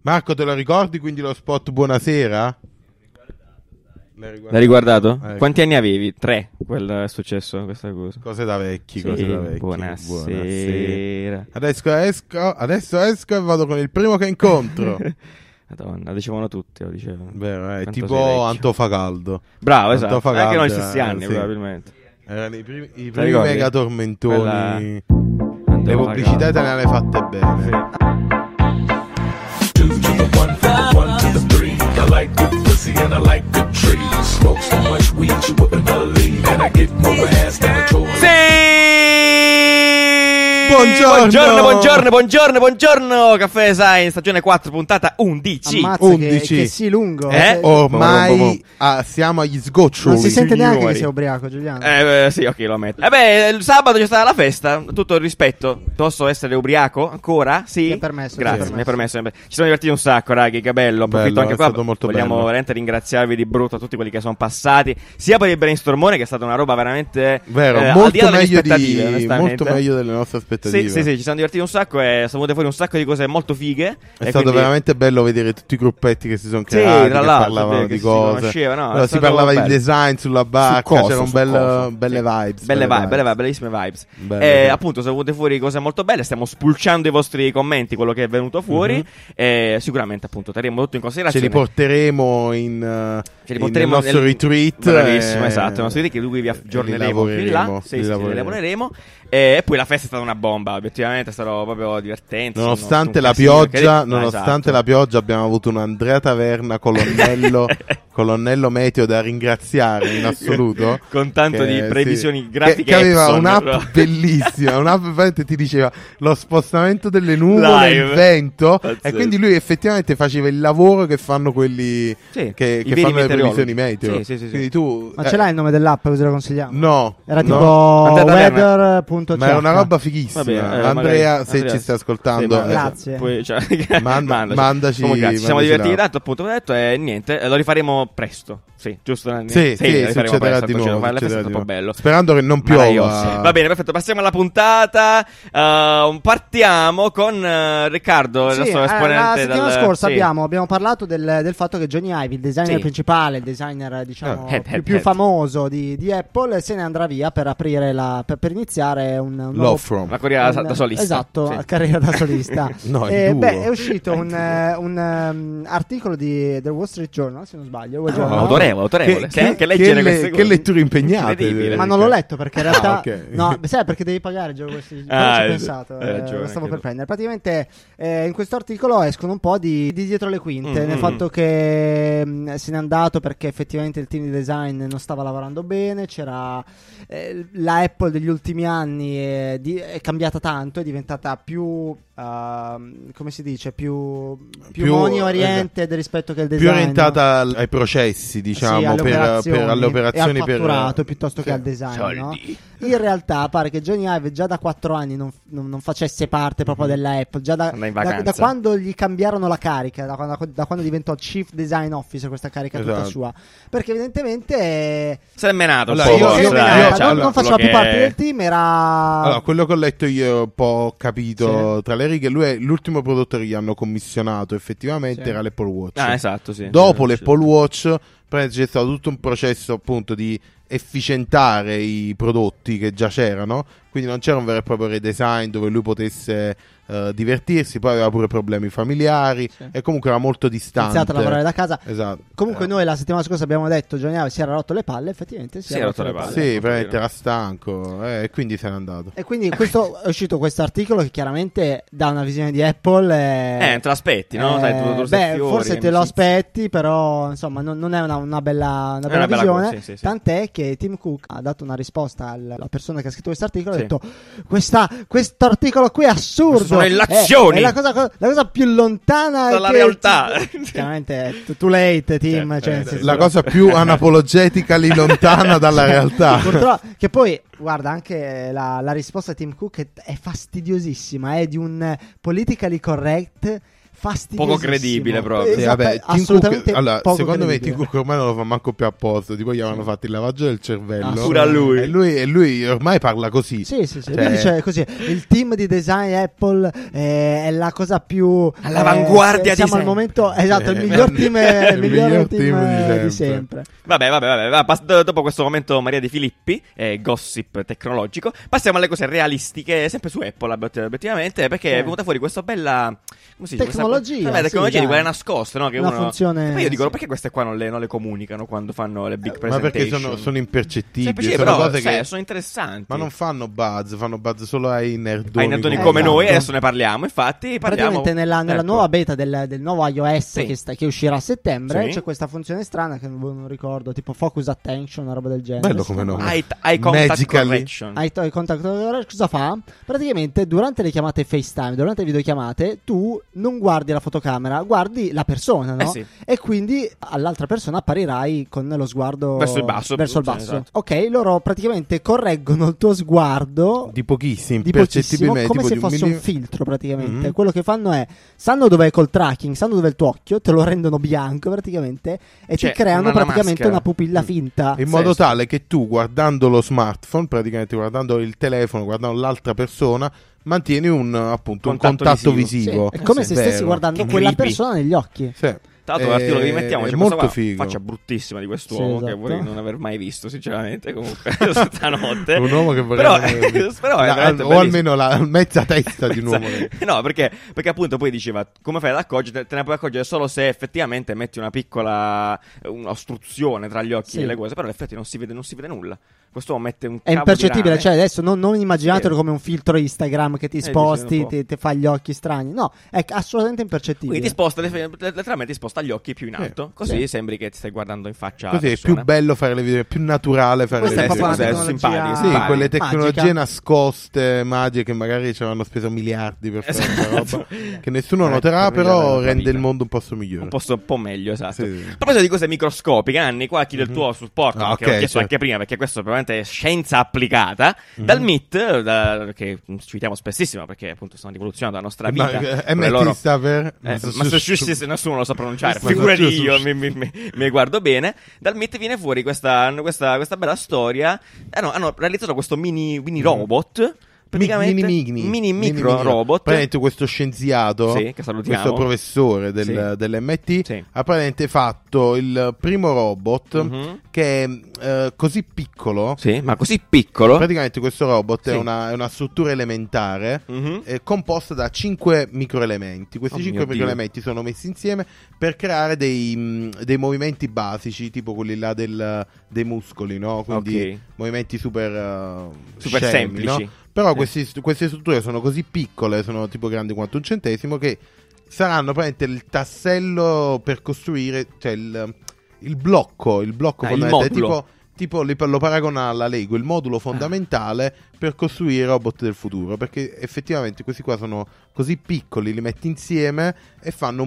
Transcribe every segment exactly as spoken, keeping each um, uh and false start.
Marco, te lo ricordi quindi lo spot Buonasera? L'hai riguardato? L'hai riguardato? Eh, Quanti anni avevi? Tre, quello è successo questa cosa. Cose da vecchi, sì, cose da vecchi. Buonasera. Buonasera. Adesso esco, adesso esco e vado con il primo che incontro. Madonna, dicevano tutti, lo dicevano. Vero, è tipo Antofagaldo. Bravo, esatto. Antofagaldo, anche noi gli stessi anni, sì. probabilmente. Erano i primi, i primi mega tormentoni. Quella... Le pubblicità italiane fatte bene. Sì. I like good pussy and I like good trees. Smoke so much weed you wouldn't believe. And I get more ass than a toy. Buongiorno. buongiorno, buongiorno, buongiorno, buongiorno. Caffè Design, stagione quattro, puntata undici. Ammazza, undici. Che, che sì lungo. Eh? Ormai ah, siamo agli sgoccioli. Non si sente neanche signori. che sei ubriaco, Giuliano. Eh, sì, ok, lo metto. Eh beh, il sabato c'è stata la festa, tutto il rispetto. Posso essere ubriaco ancora? Sì. Mi è permesso, Grazie, sì. mi è permesso. Ci siamo divertiti un sacco, ragazzi, che bello. Approfitto Bello, anche è qua. stato molto Vogliamo bello. veramente ringraziarvi di brutto a tutti quelli che sono passati, sia per il brainstormone, che è stata una roba veramente Vero, eh, molto, al di là delle meglio aspettative, di, onestamente. molto meglio delle nostre aspettative. Sì, sì, sì, ci siamo divertiti un sacco e sono venute fuori un sacco di cose molto fighe. È e stato quindi... veramente bello vedere tutti i gruppetti che si sono Sì, creati, tra che l'altro, parlavano che di si cose. conosceva, no, Allora, è si stato parlava di bello. design sulla Su barca, coso, c'erano su belle, coso. belle Sì. vibes. Belle vibe, vibes. belle vibe, bellissime vibes. Belle, e belle. appunto sono venute fuori cose molto belle. Stiamo spulciando i vostri commenti, quello che è venuto fuori. Mhm. E sicuramente appunto terremo tutto in Ce considerazione. li porteremo in, uh, Ce li in porteremo nel nostro nel- retreat. Bravissimo, eh, esatto. Il nostro retreat che lui vi aggiorneremo li più in là. lavoreremo, Sì, li sì, lavoreremo. li lavoreremo. E poi la festa è stata una bomba. Obiettivamente è stato proprio divertente. Nonostante un la casino, pioggia, che- no, nonostante esatto. la pioggia, abbiamo avuto un Andrea Taverna, colonnello, colonnello meteo da ringraziare in assoluto. Con tanto che- di previsioni sì, grafiche che, che aveva Epson, un'app però. bellissima, un'app veramente ti diceva lo spostamento delle nuvole, Live. il vento, Pazzesco. e quindi lui effettivamente faceva il lavoro che fanno quelli Sì, che, i che veri fanno le meteorologi. previsioni meteo. Sì, sì, sì, sì. Quindi tu Ma eh, ce l'hai il nome dell'app così lo consigliamo? No, Era no. tipo Andrea Taverna. weather punto c h. Ma è una roba fighissima. Vabbè, eh, Andrea, magari- se Andrea, ci stai sì, ascoltando, ma- eh, Grazie. Poi, cioè, Manda- mandaci. mandaci- Comunque, ci siamo mandaci divertiti la- tanto, appunto, come detto, e niente, eh, lo rifaremo presto. Sì, giusto? Sì, lo sì, rifaremo succederà presto, di cioè, nuovo, fare la festa succederà è di troppo nuovo. bello. Sperando che non Meraviglioso. piova. Va bene, perfetto, passiamo alla puntata. Uh, partiamo con uh, Riccardo, il Sì, nostro eh, esponente. la settimana dal... scorsa sì. abbiamo, abbiamo parlato del, del fatto che Johnny Ive, il designer Sì. principale, il designer diciamo Oh, head, più, head, più head. famoso di, di Apple, se ne andrà via per aprire la, per, per iniziare un, un nuovo- Love From. La carriera un- da solista. Esatto, Sì. la carriera da solista. No, il Eh, duo. beh, è uscito un, eh, un, ehm, articolo di, del Wall Street Journal, se non sbaglio. Wall Journal. Autorevole, autorevole. Che- Sai anche che- leggere che queste le- cose. che letture impegnate. Incredibile. Ma non l'ho letto perché in Ah, realtà ok. no, sai perché devi pagare il gioco questi però Ah, ci ho hai- pensato, hai eh, ragione, lo stavo anche per tu. prendere. Praticamente eh, in questo articolo escono un po' di, di dietro le quinte, Mm, nel mm, fatto che mh, se n'è andato perché effettivamente il team di design non stava lavorando bene, c'era eh, la Apple degli ultimi anni è, di- è cambiata tanto, è diventata più ehm, come si dice, più più, Più- money oriented rispetto che il design. Più orientata al- ai processi, diciamo, Sì, alle per, operazioni, per alle operazioni e al per fatturato piuttosto sì. che al design, Soldi. no? In realtà pare che Johnny Ive già da quattro anni non, non- non facesse parte proprio della Apple, già da, Andava in da- vacanza. da quando gli cambiarono la carica, da quando, da quando diventò Chief Design Officer, questa carica tutta Esatto. sua, perché evidentemente eh, Se è menato un Allora, po'. io- se io- ne forse, era- eh, non, cioè, non quello faceva più che- parte del team, era Allora, quello che ho letto io, un po' ho capito Sì. tra le righe, lui è l'ultimo prodotto che gli hanno commissionato effettivamente Sì. era l'Apple Watch. Ah, esatto, sì. Dopo Sì, l'Apple Watch praticamente c'è stato tutto un processo appunto di efficientare i prodotti che già c'erano, quindi non c'era un vero e proprio redesign dove lui potesse eh, divertirsi, poi aveva pure problemi familiari Sì. e comunque era molto distante. iniziato a lavorare da casa. Esatto. Comunque Eh. noi la settimana scorsa abbiamo detto Johnny Ive si era rotto le palle, effettivamente si, Si era rotto le palle. Sì, Posso veramente dire. era stanco eh, e quindi se n'è andato. E quindi questo, è uscito questo articolo che chiaramente dà una visione di Apple. Eh, te lo aspetti, no? eh, Sai, tu- tu sei beh, fiori, forse te lo amicizie. aspetti, però insomma non, non è una, una bella, una È bella una bella visione. cosa, sì, sì, sì. Tant'è che Tim Cook ha dato una risposta al- alla persona che ha scritto questo articolo. Sì. Ha detto: Questa, questo articolo qui è assurdo. Queste sono È- illazioni. È, la, cosa, la cosa più lontana Dalla che- realtà. Chiaramente è too late, Tim. Certo, cioè, nel eh, senso- La cosa più anapologetica lì lontana dalla realtà. Purtroppo, che poi, guarda, anche la, la risposta di Tim Cook è, è fastidiosissima, è di un politically correct fastidiosissimo. Poco credibile proprio. Esatto, Sì, vabbè, Tim assolutamente Cook, allora, poco secondo me credibile. Tim Cook ormai non lo fa manco più apposta, tipo gli avevano fatto il lavaggio del cervello. Ah, pure a lui. E lui, e lui ormai parla così. Sì, sì, sì. Cioè- Lui dice così: il team di design Apple eh, è la cosa più all'avanguardia eh, di siamo al sempre. momento, esatto, il Eh, miglior team, il il miglior miglior team, team di eh, sempre. di sempre. Vabbè, vabbè, vabbè, va, pass- do- dopo questo momento Maria Di Filippi, eh, gossip tecnologico, passiamo alle cose realistiche, sempre su Apple, obiet- obiettivamente, perché Sì. è venuta fuori questa bella... Come si dice? Tecnologia, Questa, vabbè, sì, tecnologia di dai. quelle nascoste, no? Che Una uno... funzione- Poi io dico, sì. perché queste qua non le, non le comunicano quando fanno le big Ma presentation? perché sono, sono impercettibili. Sì, sono però, cose sai, che... sono interessanti. Ma non fanno buzz, fanno buzz solo ai nerdoni. ai nerdoni come come Esatto. noi, adesso ne parliamo, infatti parliamo... Praticamente nella, nella Ecco. nuova beta del, del nuovo iOS Sì. che, sta- che uscirà a settembre Sì. c'è questa funzione strana che non, non ricordo, tipo Focus Attention, una roba del genere. Bello Si come chiama- nome. Eye, eye contact Magically. correction. Hai to- il contatto, cosa fa? Praticamente durante le chiamate FaceTime, durante le videochiamate, tu non guardi la fotocamera, guardi la persona, no? Eh sì. E quindi all'altra persona apparirai con lo sguardo Verso il basso, verso il sì, basso. esatto. Ok, loro praticamente correggono il tuo sguardo Di pochissimi, di pochissimo, impercettibilmente. come tipo se di un fosse un milli- filtro praticamente. Mhm. Quello che fanno è, sanno dov'è col tracking, sanno dov'è il tuo occhio, te lo rendono bianco praticamente e Cioè, ti creano una praticamente maschera. una pupilla finta. In modo Sì, sì. tale che tu, guardando lo smartphone, praticamente guardando il telefono, guardando l'altra persona, mantieni un appunto un Contatto contatto visivo. visivo. Sì, è come sì. se stessi Vero. guardando Che quella creepy. persona negli occhi. Sì. Tra l'altro, l'articolo che Eh, vi mettiamo è c'è molto questa qua, figo. faccia bruttissima di quest'uomo Sì, che esatto. vorrei non aver mai visto, sinceramente. Comunque, stanotte. Un uomo che vorrei Però, non aver visto. però è La- veramente o bellissimo. almeno la mezza testa di un uomo che... No, perché, perché appunto poi diceva come fai ad accorgere, te ne puoi accorgere solo se effettivamente metti una piccola un'ostruzione tra gli occhi Sì. e le cose, però in effetti non si vede, non si vede nulla. Quest'uomo mette un È cavo impercettibile, di cioè rame. adesso non, non immaginatelo Sì. come un filtro Instagram che ti Eh, dici, sposti, un po'. ti, ti fa gli occhi strani. No, è assolutamente impercettibile. Quindi ti sposta, letteralmente ti sposta gli occhi più in alto, così Sì. sembri che ti stai guardando in faccia Così la è più persona. bello fare le video, è più naturale fare Questa le è proprio una video. Cos'è? tecnologia Simpatico, Sì, simpatico. quelle tecnologie magica. nascoste, magiche, che magari ci avevano speso miliardi per fare questa roba, che nessuno Eh, noterà, per migliorare la però tua rende vita. il mondo un posto migliore. Un po', un po' meglio, esatto. Sì, sì. A proposito di cose microscopiche, Anni, qua chiedo il tuo supporto, Ah, no, che ok, ho chiesto certo. anche prima, perché questo probabilmente è scienza applicata. Mhm. Dal M I T, da- che citiamo spessissimo, perché appunto stanno rivoluzionando la nostra Ma, vita. eh, con le M T loro- sta per Eh, Massachusetts, nessuno lo sa pronunciare, Massachusetts. figurati io, mi, mi- mi- mi guardo bene. Dal M I T viene fuori questa, questa, questa bella storia. Hanno, hanno realizzato questo mini, mini robot. Praticamente, mini mini mini micro robot. Praticamente questo scienziato, Sì, che salutiamo. questo professore del, Sì. dell'M I T, Sì. ha praticamente fatto il primo robot Mhm. che è eh, così piccolo. Sì, ma così piccolo. Praticamente questo robot Sì. è, una, è una struttura elementare Mhm. eh, composta da cinque microelementi. Questi Oh cinque mio Dio. microelementi sono messi insieme per creare dei, mh, dei movimenti basici, tipo quelli là del, dei muscoli, no? Quindi Ok. movimenti super, eh, Super scemi, semplici. no? Però Sì. questi- queste strutture sono così piccole, sono tipo grandi quanto un centesimo, che saranno praticamente il tassello per costruire, cioè il, il blocco, il blocco Ah, il fondamentale, modulo. tipo, tipo li- lo paragona alla Lego, il modulo fondamentale per costruire i robot del futuro, perché effettivamente questi qua sono così piccoli, li metti insieme e fanno un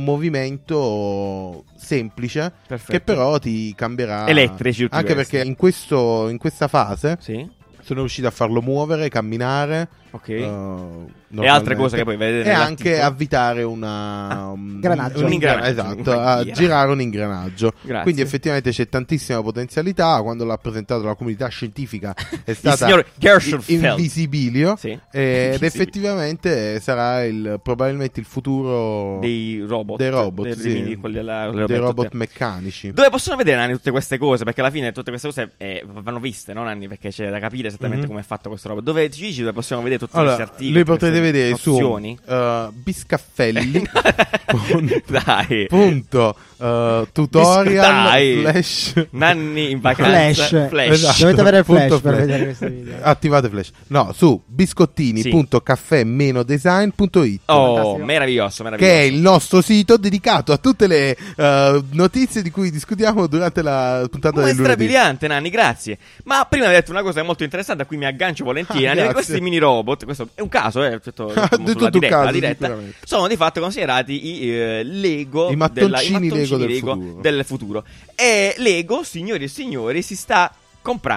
movimento semplice Perfetto. che però ti cambierà. Elettrici tutti Anche questi. perché in, questo, in questa fase Sì, sono riusciti a farlo muovere, camminare ok. eh, E normalmente. altre cose che poi vedete e nell'articolo. anche avvitare una Ah, un ingranaggio. un Un ingranaggio, esatto, una a ghira. girare un ingranaggio. Grazie. Quindi effettivamente c'è tantissima potenzialità. Quando l'ha presentato la comunità scientifica è Il stata signor Gershenfeld. invisibilio. Sì. Ed Invisibile. effettivamente sarà il, probabilmente il futuro Dei robot. dei robot, dei, sì. mini- quelli là, le dei robette robot tutte. meccanici. Dove possono vedere, Nanni, tutte queste cose? Perché alla fine tutte queste cose eh, vanno viste, no, Nanni? Perché c'è da capire esattamente Mhm. come è fatto questo robot. Dove ci dici dove possiamo vedere tutti Allora, questi articoli? li tutte potrete queste vedere su nozioni? uh, Biscaffelli punto- Dai. punto uh, tutorial Dai. flash Nanni in vacanza. Flash. Flash. Esatto. Dovete avere il flash Punto per flash. vedere questi video. Attivate flash. No, su biscottini punto caffè design punto it, Oh, Fantastico. meraviglioso, meraviglioso. che è il nostro sito dedicato a tutte le uh, notizie di cui discutiamo durante la puntata Ma è del lunedì. strabiliante, Nanni, grazie. Ma prima hai detto una cosa molto interessante a cui mi aggancio volentieri. Ah, Nanni, grazie. questi mini robot, questo è un caso, eh, tutto, Ah, diciamo, di sulla tutto un diretta, caso, la diretta, sicuramente. sono di fatto considerati i eh, Lego I della- i mattoncini Lego del Lego futuro. del futuro. E Lego, signori e signori, si sta comprando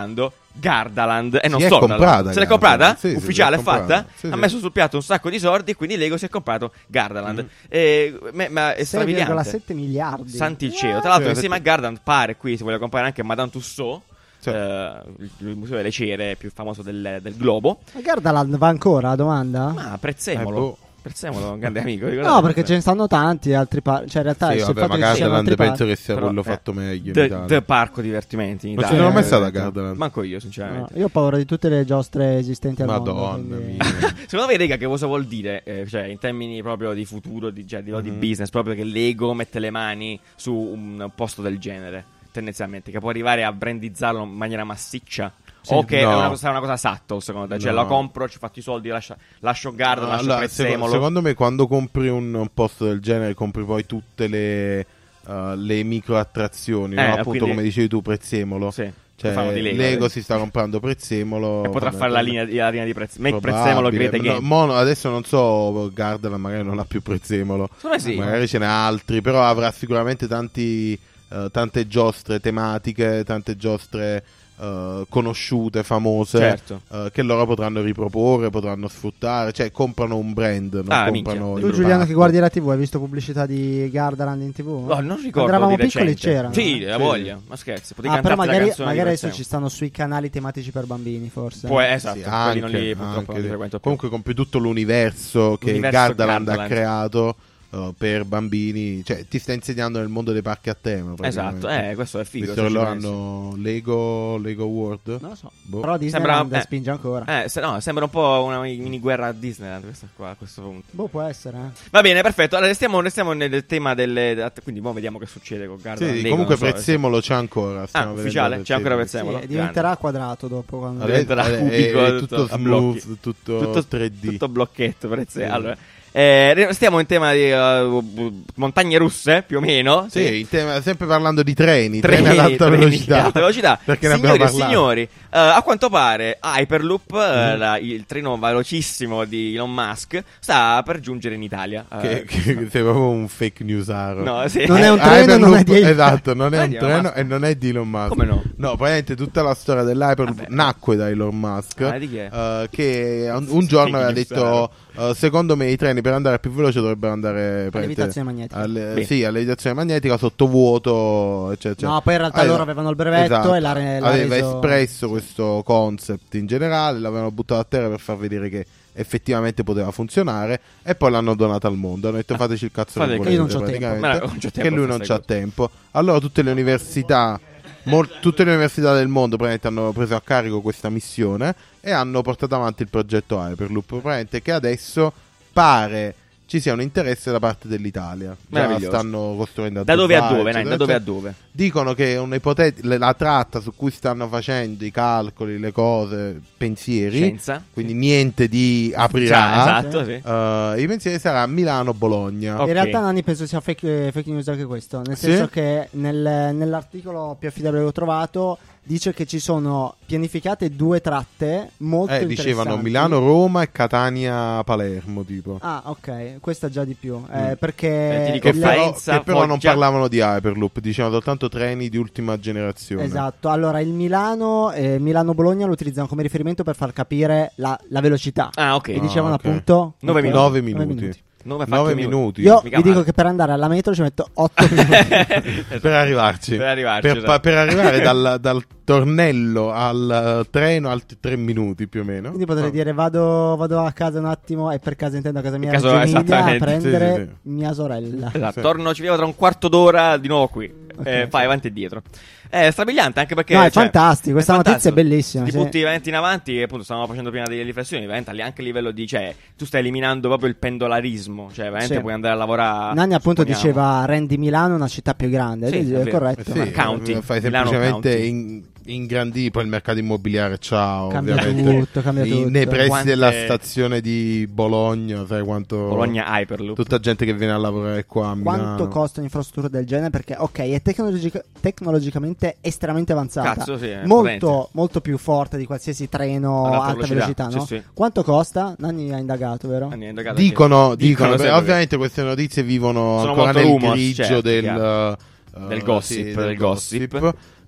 Gardaland e non Si è solo. comprata, Se l'è comprata? Gardaland. Sì, sì, Ufficiale, si è comprata. fatta? Sì, ha sì. messo sul piatto un sacco di soldi e quindi Lego si è comprato Gardaland. Mm. E, me- ma è sei virgola strabiliante. sette miliardi. Santi il cielo. What? Tra l'altro, Sì, insieme a Gardaland, pare qui si vuole comprare anche Madame Tussauds. Sì. eh, il, il museo delle cere più famoso del, del globo. Ma Gardaland va ancora, domanda? Ma prezzemolo. Eh, boh. Prezzemolo, un grande amico. No, perché ce ne stanno tanti altri par- cioè in realtà Sì, il vabbè, fatto ma che ci siano Gardaland altri penso par- che sia Però, quello eh, fatto meglio in The, Italia. The parco divertimenti in Non Italia. ci sono mai Eh, stato a Gardaland. Manco io, No, sinceramente. io ho paura di tutte le giostre esistenti al Madonna mondo. quindi- mia. Secondo voi, raga, che cosa vuol dire? Eh, cioè, in termini proprio di futuro, di, cioè, di, di Mhm. business, proprio che Lego mette le mani su un posto del genere, tendenzialmente, che può arrivare a brandizzarlo in maniera massiccia. Sì. O che No. è una, cosa- una cosa Satto, secondo te? Cioè, No. lo compro, ci faccio i soldi, lascio, lascio Garda, lascio Allora, Prezzemolo. secondo, secondo me quando compri un, un posto del genere compri poi tutte le, uh, le micro attrazioni, Eh, no? Appunto quindi- come dicevi tu, Prezzemolo. Sì, Cioè, che fanno di Lego, Lego eh. si sta comprando Prezzemolo E potrà vabbè, fare la quello- linea, la linea di Prezzemolo. Make probabile. Prezzemolo great No, again. mo- adesso non so, Gardaland magari non ha più Prezzemolo. Secondo me sì. Magari ce n'è altri, però avrà sicuramente tanti, eh, tante giostre tematiche, tante giostre eh, conosciute, famose, Certo. eh, che loro potranno riproporre, potranno sfruttare, cioè comprano un brand, non Ah, comprano minchia. il Tu Giuliano che parco. guardi la tivù hai visto pubblicità di Gardaland in tivù? No, non ricordo. Quando eravamo di piccoli recente. c'erano. Sì, eh? la Sì. voglia. Ma scherzi, potevi Ah, però cantarti la magari, canzone di magari adesso Prezzemolo. ci stanno sui canali tematici per bambini, forse. Può, esatto, Sì, quelli non anche, li, purtroppo anche non li sì. frequento più. Comunque compri tutto l'universo che L'universo Gardaland, ha Gardaland. creato eh, per bambini, cioè ti sta insegnando nel mondo dei parchi a tema Esatto, praticamente. eh, questo è figo. Visto se che ci loro pensi. hanno Lego, Lego World. Non lo so. Boh. Però Disneyland Sembra- eh. spinge ancora. Eh, se- no, sembra un po' una mini guerra a Disneyland questa qua a questo punto. Boh, può essere, eh. Va bene, perfetto. Allora restiamo, restiamo nel tema delle. Quindi, mo vediamo che succede con Gardaland. Sì, Lego, comunque non so, Prezzemolo c'è ancora. Ah, stiamo vedendo ufficiale? C'è ancora Prezzemolo. Prezzemolo? Sì, diventerà quadrato dopo quando... Adesso- diventerà è- cubico, è tutto tutto a smooth, blocchi. tutto, tutto tre D. Tutto blocchetto, Prezzemolo. Sì. Allora, eh, stiamo in tema di uh, montagne russe, più o meno. Sì, in tema- sempre parlando di treni, Treni, treni ad alta treni velocità. ad alta velocità. Perché ne Signori abbiamo e parlato. signori, eh, a quanto pare Hyperloop, eh, Mhm. la- il treno velocissimo di Elon Musk, sta per giungere in Italia. Che, Eh, che sei proprio un fake newsaro. no, sì. Non è un Eh, treno, Hyperloop- non è di- Esatto, non è Non è un di Elon treno Musk. e non è di Elon Musk. Come no? No, praticamente tutta la storia dell'Hyperloop Vabbè. nacque da Elon Musk, Ah, di chi è? eh, che un, un giorno aveva Fake detto eh, secondo me i treni per andare più veloce dovrebbero andare praticamente, levitazione magnetica. alle- Bene. sì, a levitazione magnetica sottovuoto, eccetera. No, poi in realtà Aveva- loro avevano il brevetto esatto, e l'ha, re- l'ha aveva reso... espresso questo concept in generale, l'avevano buttato a terra per far vedere che effettivamente poteva funzionare e poi l'hanno donata al mondo. Hanno detto fateci il cazzo Fate che il volete, cazzo. Io non c'ho tempo. praticamente, Ma non c'ho tempo che a lui fare non queste c'ha cose. tempo. Allora tutte le università mol- tutte le università del mondo praticamente hanno preso a carico questa missione e hanno portato avanti il progetto Hyperloop, praticamente, che adesso pare ci sia un interesse da parte dell'Italia. Già Meraviglioso. stanno costruendo Da dove a Dubai, dove, Nine? eccetera, Da dove a eccetera. dove? Dicono che un ipoteti- le- la tratta su cui stanno facendo i calcoli, le cose, pensieri, Scienza. quindi niente di Già, aprirà. esatto, sì. eh, I pensieri sarà Milano-Bologna. Ok. In realtà Nani penso sia fake, eh, fake news anche questo, nel Sì? senso che nel- nell'articolo più affidabile che ho trovato dice che ci sono pianificate due tratte molto Eh, interessanti. dicevano Milano-Roma e Catania-Palermo, tipo. Ah, ok, questa già di più, eh, Mm. perché Eh, ti dico, Che il- fai- però, Faenza, che però non Foggia. parlavano di Hyperloop, dicevano soltanto treni di ultima generazione. Esatto, allora il Milano eh, Milano-Bologna lo utilizzano come riferimento per far capire la, la velocità. Ah, ok. E dicevano Ah, ok. appunto Nove ok, minuti. Nove minuti. Nove Nove fatti minuti. Io Mica vi dico male. che per andare alla metro ci metto otto minuti. Per arrivarci. Per arrivarci, Per, esatto. per arrivare dal, dal tornello al uh, treno altri tre minuti più o meno. Quindi potrei No. dire vado, vado a casa un attimo, e per casa intendo a casa mia a Caso- Reggio Emilia, a esattamente. prendere Sì, sì, mia sorella. Esatto, Sì. torno, ci vediamo tra un quarto d'ora di nuovo qui. Ok, Eh, sì. fai avanti e dietro. È strabiliante anche perché. No, è cioè, fantastico, questa notizia è bellissima, Ti sì. butti avanti in avanti, e appunto stavamo facendo prima delle riflessioni. Veramente lì anche a livello di. Cioè, tu stai eliminando proprio il pendolarismo. Cioè, veramente Sì. puoi andare a lavorare. Nanni appunto supponiamo. diceva rendi Milano una città più grande, Sì, è, è vero. corretto. Eh sì, County. fai Milano semplicemente County. in, ingrandire poi il mercato immobiliare. Ciao, Cambia ovviamente. tutto, cambia I- tutto. Nei pressi Quante- della stazione di Bologna, sai quanto. Bologna Hyperloop. Tutta gente che viene a lavorare qua a Quanto Milano. costa un'infrastruttura del genere? Perché ok, è tecnologica- tecnologicamente estremamente avanzata, Cazzo, sì, è molto, potente. molto più forte di qualsiasi treno Ad alta, alta velocità, velocità, no? sì, sì. Quanto costa? Nanni ha indagato, vero? Anni, è indagato Dicono, anche- dicono, beh, sempre. ovviamente queste notizie vivono Sono ancora molto nel rumors, grigio certo, del, chiaro. eh, Del gossip, sì, del gossip.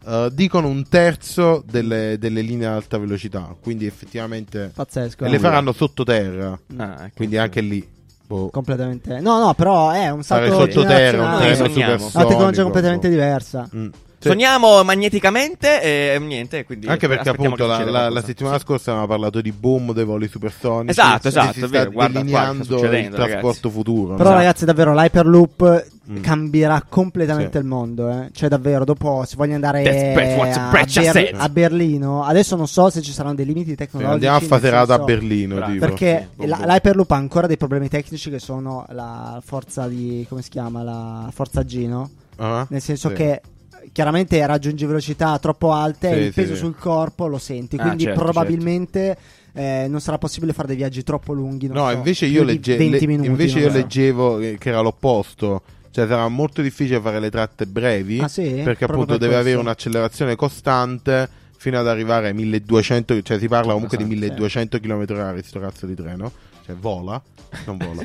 uh, dicono un terzo delle, delle linee ad alta velocità, quindi effettivamente Pazzesco. e le faranno sottoterra, Ah, ecco. quindi anche lì boh. Completamente. No, no, però è un Fare salto sottoterra, un Noi treno sogniamo. supersonico, una tecnologia completamente boh. diversa. Mm. Sì. Sogniamo magneticamente e niente, quindi Anche perché aspettiamo appunto che la, succeda la, la qualcosa. settimana Sì. scorsa avevamo parlato di boom dei voli supersonici. Esatto, Sì, esatto, si è sta vero, guarda qua che sta delineando il succedendo, trasporto ragazzi. futuro. Però no? ragazzi davvero l'Hyperloop Mm. cambierà completamente Sì. il mondo, eh. Cioè davvero dopo se voglio andare That's best what a, Breccia Ber- said. a Berlino, adesso non so se ci saranno dei limiti Sì, tecnologici. andiamo a nel Faserata a senso- Berlino, Bravo. tipo. Perché Sì, la- boh. l'Hyperloop ha ancora dei problemi tecnici che sono la forza di, come si chiama, la forza G, no? Ah, Nel senso sì. che chiaramente raggiungi velocità troppo alte Sì, e il sì, peso sì. sul corpo lo senti, Ah, quindi certo, probabilmente eh, non sarà possibile fare dei viaggi troppo lunghi. non No, so, invece più io, di legge- venti le- minuti, invece non io so. leggevo che che era l'opposto. Cioè sarà molto difficile fare le tratte brevi. Ah, sì? Perché Proprio appunto per deve questo. avere un'accelerazione costante fino ad arrivare ai milleduecento. Cioè si parla comunque Esatto, di milleduecento chilometri orari sto cazzo di treno. Cioè vola, non vola.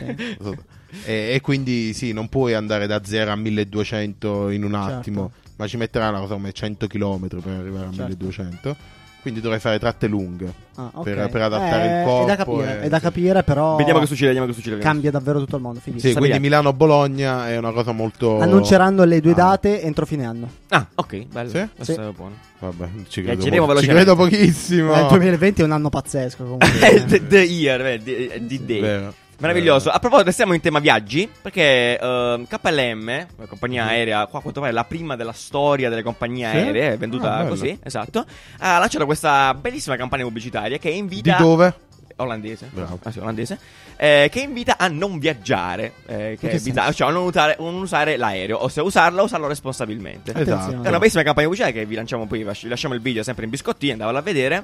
e, e quindi sì, non puoi andare da zero a milleduecento in un attimo. Ma ci metterà una cosa come cento chilometri per arrivare a Certo. milleduecento. Quindi dovrai fare tratte lunghe. Ah, ok. per- per adattare Eh, il corpo È da capire, e- è da capire però Vediamo che succede, vediamo che succede. cambia davvero tutto il mondo. Sì, fighissimo. quindi Stabiliamo. Milano-Bologna è una cosa molto... Annunceranno le due Ah. date entro fine anno. Ah, ok, bello. Sì? Questo Sì. è buono. Vabbè, ci credo, Viaggeremo po- ci velocemente. credo pochissimo. Eh, il duemilaventi è un anno pazzesco comunque. the, the year, eh, the, the day. Vero. Meraviglioso. A proposito, restiamo in tema viaggi. Perché eh, K L M, la compagnia Mhm. aerea, qua a quanto pare la prima della storia delle compagnie Sì? aeree, è venduta Ah, bello. così, esatto. Ha lanciato questa bellissima campagna pubblicitaria che invita. Di dove? Olandese, Bravo. ah, sì, olandese, eh, che invita a non viaggiare, eh, che che invita, senso? cioè a non usare, non usare l'aereo, o se usarlo, usarlo responsabilmente. Esatto. Attenzione. È una bellissima campagna pubblicitaria che vi lanciamo poi, vi lasciamo il video sempre in biscottini, andavalo a vedere.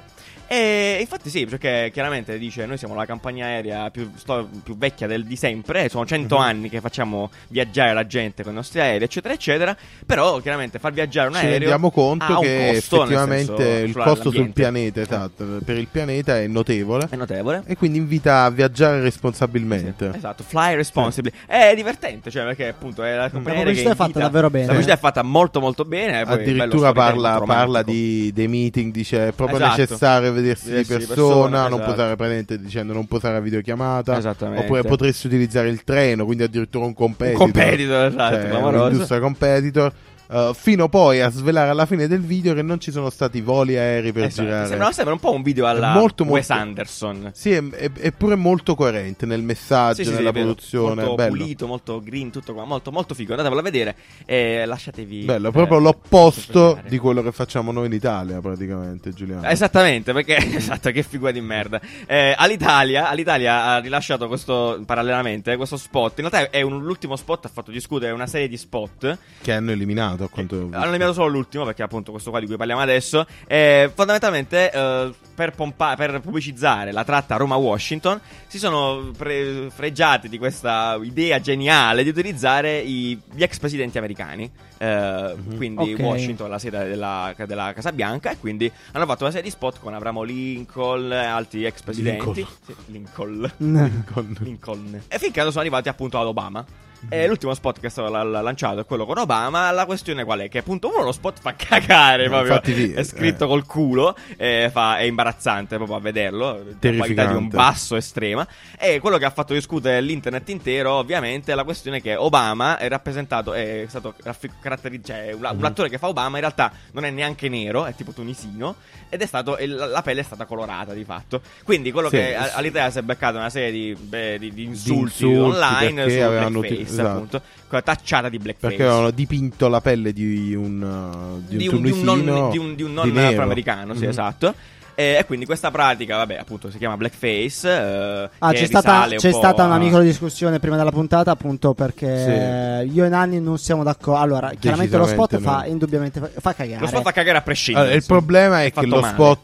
E infatti sì, perché chiaramente dice noi siamo la compagnia aerea più, sto- più vecchia del, di sempre, sono cento Mhm. anni che facciamo viaggiare la gente con i nostri aerei, eccetera, eccetera. Però chiaramente far viaggiare un Ci aereo rendiamo conto ha un che costo, nel effettivamente senso, il sulla- costo sul l'ambiente. pianeta, esatto, per il pianeta è notevole. È notevole. E quindi invita a viaggiare responsabilmente. Sì, esatto, fly responsibly. È divertente, cioè perché appunto è la compagnia aerea che pubblicità è fatta invita- davvero bene. La pubblicità è fatta molto molto bene. poi è bello Addirittura storytelling parla, romantico. parla di, dei meeting, dice è proprio Esatto. necessario vedersi di Vedersi persona, di persona, non esatto. può usare praticamente dicendo non può usare la videochiamata, Esattamente. oppure potresti utilizzare il treno, quindi addirittura un competitor, Un competitor, esatto, cioè, clamoroso. un'industria competitor. Uh, fino poi a svelare alla fine del video che non ci sono stati voli aerei per Esatto. girare. Sembra, sembra un po' un video alla È molto, Wes molto- Anderson. Sì, è, è- è pure molto coerente nel messaggio, Sì, sì, sì, nella è vero. produzione. Molto bello. pulito, molto green, tutto qua, molto, molto figo. Andatevelo a vedere e lasciatevi. Bello, eh, proprio l'opposto sorprendere. di quello che facciamo noi in Italia, praticamente, Giuliano. Esattamente, perché esatto, che figura di merda. Eh, all'Italia, all'Italia ha rilasciato questo parallelamente eh, questo spot. In realtà è un, l'ultimo spot, ha fatto discutere una serie di spot. Che hanno eliminato, a quanto ho visto. Hanno eliminato solo l'ultimo, perché appunto questo qua di cui parliamo adesso. Eh, fondamentalmente eh, per, pompa- per pubblicizzare la tratta Roma-Washington si sono pre- fregiati di questa idea geniale di utilizzare i- gli ex presidenti americani. Eh, Quindi Ok. Washington è la sede della, della Casa Bianca, e quindi hanno fatto una serie di spot con Abramo Lincoln e altri ex presidenti. Lincoln. Sì, Lincoln. Con- Lincoln. E finché sono arrivati appunto ad Obama. E l'ultimo spot che è stato la- la- lanciato è quello con Obama. La questione qual è? Che appunto uno lo spot fa cagare proprio. Infatti sì, è scritto eh. col culo. E fa, è imbarazzante proprio a vederlo. La qualità di un Terrificante. basso estrema. E quello che ha fatto discutere l'internet intero, ovviamente, è la questione che Obama è rappresentato. È stato raffi- caratterizzato. Cioè, un, Mhm. un attore che fa Obama in realtà non è neanche nero, è tipo tunisino. Ed è stato. e la, la pelle è stata colorata di fatto. Quindi quello Sì, che a- sì. all'Italia si è beccato una serie di, beh, di, di insulti, insulti, online perché su avevano blackface, uti- esatto. appunto, con la tacciata di blackface. Perché avevano dipinto la pelle di un, uh, di un di un, di un tunisino non, di un, di un non di nero. afroamericano, sì, Mhm. esatto. E, e quindi questa pratica, vabbè, appunto, si chiama blackface. eh, Ah, che c'è stata, risale un c'è po' stata una a- micro discussione prima della puntata, appunto perché io e Nanni non siamo d'accordo. Allora, chiaramente lo spot Decisamente fa no. indubbiamente fa, fa cagare. Lo spot fa cagare a prescindere. Allora, il sì. problema è, È che fatto lo male. spot è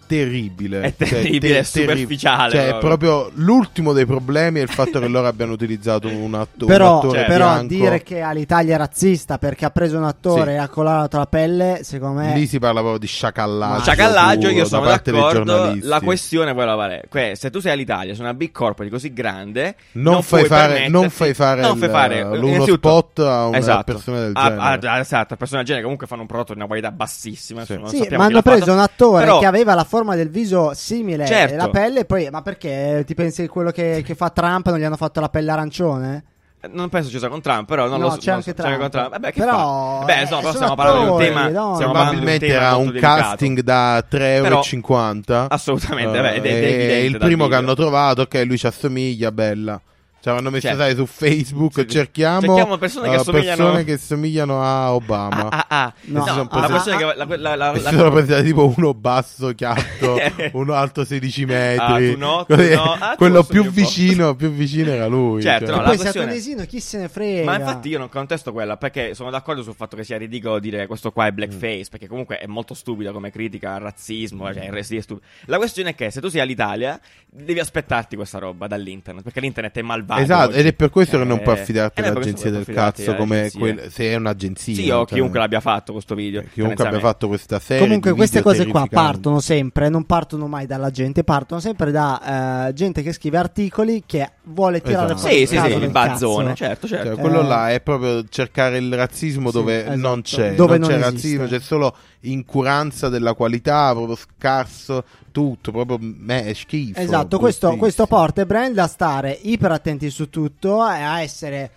terribile. È terribile, Cioè, è superficiale, Cioè, proprio. proprio l'ultimo dei problemi è il fatto che loro abbiano utilizzato un, atto- Però, un attore certo. però bianco. dire che all'Italia è razzista perché ha preso un attore Sì. e ha colorato la pelle, secondo me Lì si parla proprio di sciacallaggio. Sciacallaggio, puro io da sono parte dei d'accordo. giornalisti. La questione poi la vale. Que- se tu sei all'Italia, sei una big corporate così grande, Non, non, fai puoi fare, permetterti- non fai fare, non il- fai fare l'uno innanzitutto- spot a una esatto. persona del A- genere. a- esatto, a persone del genere comunque fanno un prodotto di una qualità bassissima. Sì. insomma, non sì, sappiamo ma chi hanno l'ha preso fatto. un attore Però- che aveva la forma del viso simile Certo. e la pelle, poi ma perché ti pensi che quello che, che fa Trump non gli hanno fatto la pelle arancione? Non penso ci sia con Trump, però non No, lo so. c'è non anche so, c'è Trump. con Vabbè, che Però, fa? Beh, eh, insomma, però sono stiamo parlando di un attori, tema. no? Stiamo parlando di un Probabilmente tema era molto un delicato. casting da tre euro e cinquanta Però- assolutamente, beh, ed è- ed è Eh, evidente il dal primo che video. hanno trovato, ok, lui ci assomiglia, bella. Cioè, hanno messo Certo. sai, su Facebook, Sì, sì. cerchiamo, Cerchiamo persone che eh, assomigliano- persone che somigliano a Obama. Ah, ah, ah. No, No, si sono la presi- questione è che la, la, la, E la, si sono presentati tipo uno basso, chiatto, uno alto sedici metri. Ah, tu no, tu Così, no. Ah, tu quello lo più assomigli un po'. vicino, più vicino era lui. Certo, cioè. no, E la poi se a questione- tunisino chi se ne frega? Ma infatti io non contesto quella, perché sono d'accordo sul fatto che sia ridicolo dire questo qua è blackface, perché comunque è molto stupido come critica al razzismo, cioè il R S D è stupido. La questione è che se tu sei all'Italia devi aspettarti questa roba dall'internet, perché l'internet è malvagio. Esatto, oggi. ed è per questo che Eh, non puoi affidarti ed è per all'agenzia questo del che non puoi cazzo come affidarti alle quel- se è un'agenzia. Sì, o cioè, chiunque l'abbia fatto questo video. chiunque abbia tendenzialmente. fatto questa serie. Comunque di queste video cose qua terrificanti. partono sempre, non partono mai dalla gente, partono sempre da eh, gente che scrive articoli che vuole tirare Esatto. fuori Sì, il sì, caso sì, del il bazzone, cazzo. certo, certo. Cioè, quello Eh, là è proprio cercare il razzismo sì, dove esatto. non c'è, Dove non non c'è esiste. razzismo, c'è solo incuranza della qualità, proprio scarso tutto, proprio me, è schifo. Esatto, questo, bruttissimo. questo porta i brand a stare iper attenti su tutto e a essere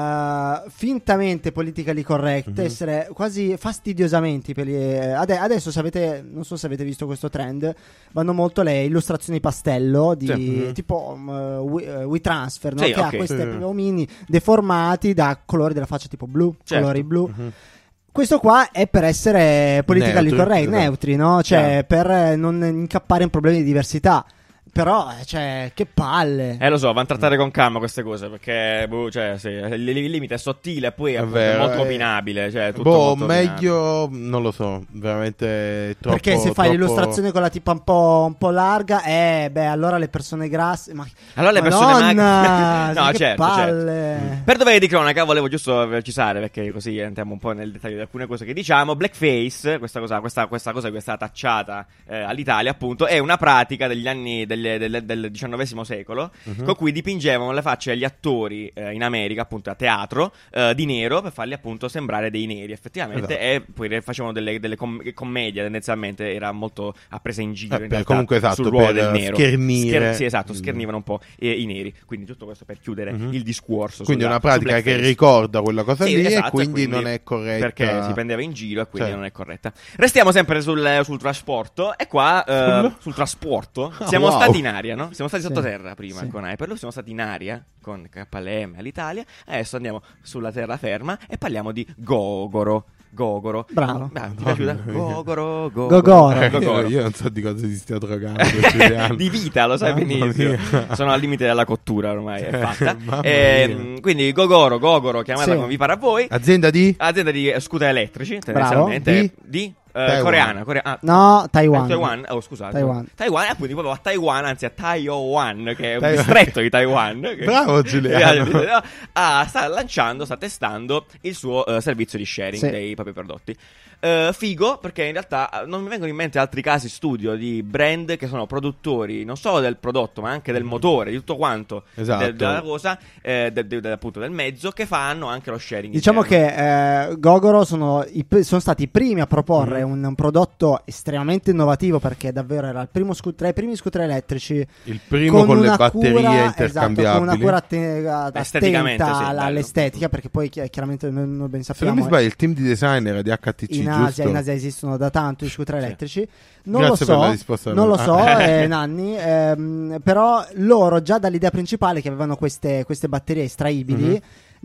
eh, fintamente politically correct, Mhm. essere quasi fastidiosamente peli- eh, ade- adesso se avete, non so se avete visto questo trend, vanno molto le illustrazioni pastello di Sì. Mhm. tipo um, uh, We- uh, WeTransfer, no? Sì, che ha ok. questi Sì. omini deformati da colori della faccia tipo blu, Certo. colori blu. Mhm. Questo qua è per essere politically Neutri, correct, esatto. neutri, no? Cioè, Chiaro. per eh, non incappare in problemi di diversità. Però, eh, cioè, che palle. Eh lo so, vanno trattate con calma queste cose, perché boh, cioè, sì, il, il limite è sottile e poi è, È appunto, vero, molto eh. opinabile, cioè, tutto Boh, molto opinabile. meglio, non lo so, veramente troppo. Perché se fai troppo- l'illustrazione con la tipa un po', un po' larga, eh, beh, allora le persone grasse. Ma Allora le persone Madonna, magre. No, che certo, palle. Per dovere di cronaca volevo giusto precisare, perché così entriamo un po' nel dettaglio di alcune cose che diciamo. Blackface, questa cosa, questa, questa cosa che è stata tacciata eh, all'Italia, appunto, è una pratica degli anni del, del, del diciannovesimo secolo, Mhm. con cui dipingevano le facce degli attori eh, in America, appunto a teatro, eh, di nero, per farli appunto sembrare dei neri, effettivamente, Esatto. e poi re- facevano delle, delle com- commedie, tendenzialmente era molto a presa in giro, Eh, in per- realtà, comunque esatto, sul ruolo per del nero. schernire. sì, esatto, Mm. schernivano un po' eh, i neri. Quindi tutto questo per chiudere Mhm. il discorso. Quindi è sulla- una pratica su che blackface. ricorda quella cosa Sì, lì esatto, e quindi, quindi non è corretta. Perché si prendeva in giro e quindi Cioè. non è corretta. Restiamo sempre sul, sul trasporto. E qua eh, Sul? sul trasporto Ah, siamo wow. stati in aria, no? Siamo stati Sì. sottoterra prima Sì. con Hyperloop, siamo stati in aria con K L M all'Italia. Adesso andiamo sulla terraferma e parliamo di Gogoro. Gogoro. Bravo. Ah, ti è piaciuta? Mamma mia. Gogoro, Gogoro. Gogoro. Eh, Gogoro. io non so di cosa si stia drogando questi anni. Di vita, lo sai Mamma benissimo. mia. Sono al limite della cottura ormai, è fatta. Mamma Ehm, mia. quindi Gogoro, Gogoro, chiamatela Sì. come vi pare a voi. Azienda di? Azienda di eh, scooter elettrici, tendenzialmente. Bravo. Di, eh, Taiwan. coreana. Corea- ah, No, eh, Taiwan. Taiwan. Oh, scusate. Taiwan. Taiwan, e appunto proprio a Taiwan, anzi a Taiwan, che è un Taiwan. distretto di Taiwan. che- Bravo, Giuliano. Ah, sta lanciando, sta testando il suo eh, servizio di sharing Sì. dei propri prodotti. Eh, figo, perché in realtà eh, non mi vengono in mente altri casi studio di brand che sono produttori non solo del prodotto, ma anche del motore, di tutto quanto, Esatto. del- della cosa, eh, del- del- appunto del mezzo, che fanno anche lo sharing. Diciamo interno. che eh, Gogoro sono, i p- sono stati i primi a proporre Mhm. un, un prodotto estremamente innovativo perché davvero era il primo scu- tra i primi scooter elettrici Il primo con, le una batterie cura, intercambiabili. esatto, con una cura atte- attenta Esteticamente, sì, alla- bello. all'estetica perché poi chi- chiaramente noi, noi ben Se sappiamo non mi sbaglio, il team di design era di H T C, in giusto? Asia, in Asia esistono da tanto i scooter Sì. elettrici. Non Grazie lo per la so, risposta. non lo Ah. so, eh, Nanni. ehm, però loro già dall'idea principale che avevano queste, queste batterie estraibili. Mhm.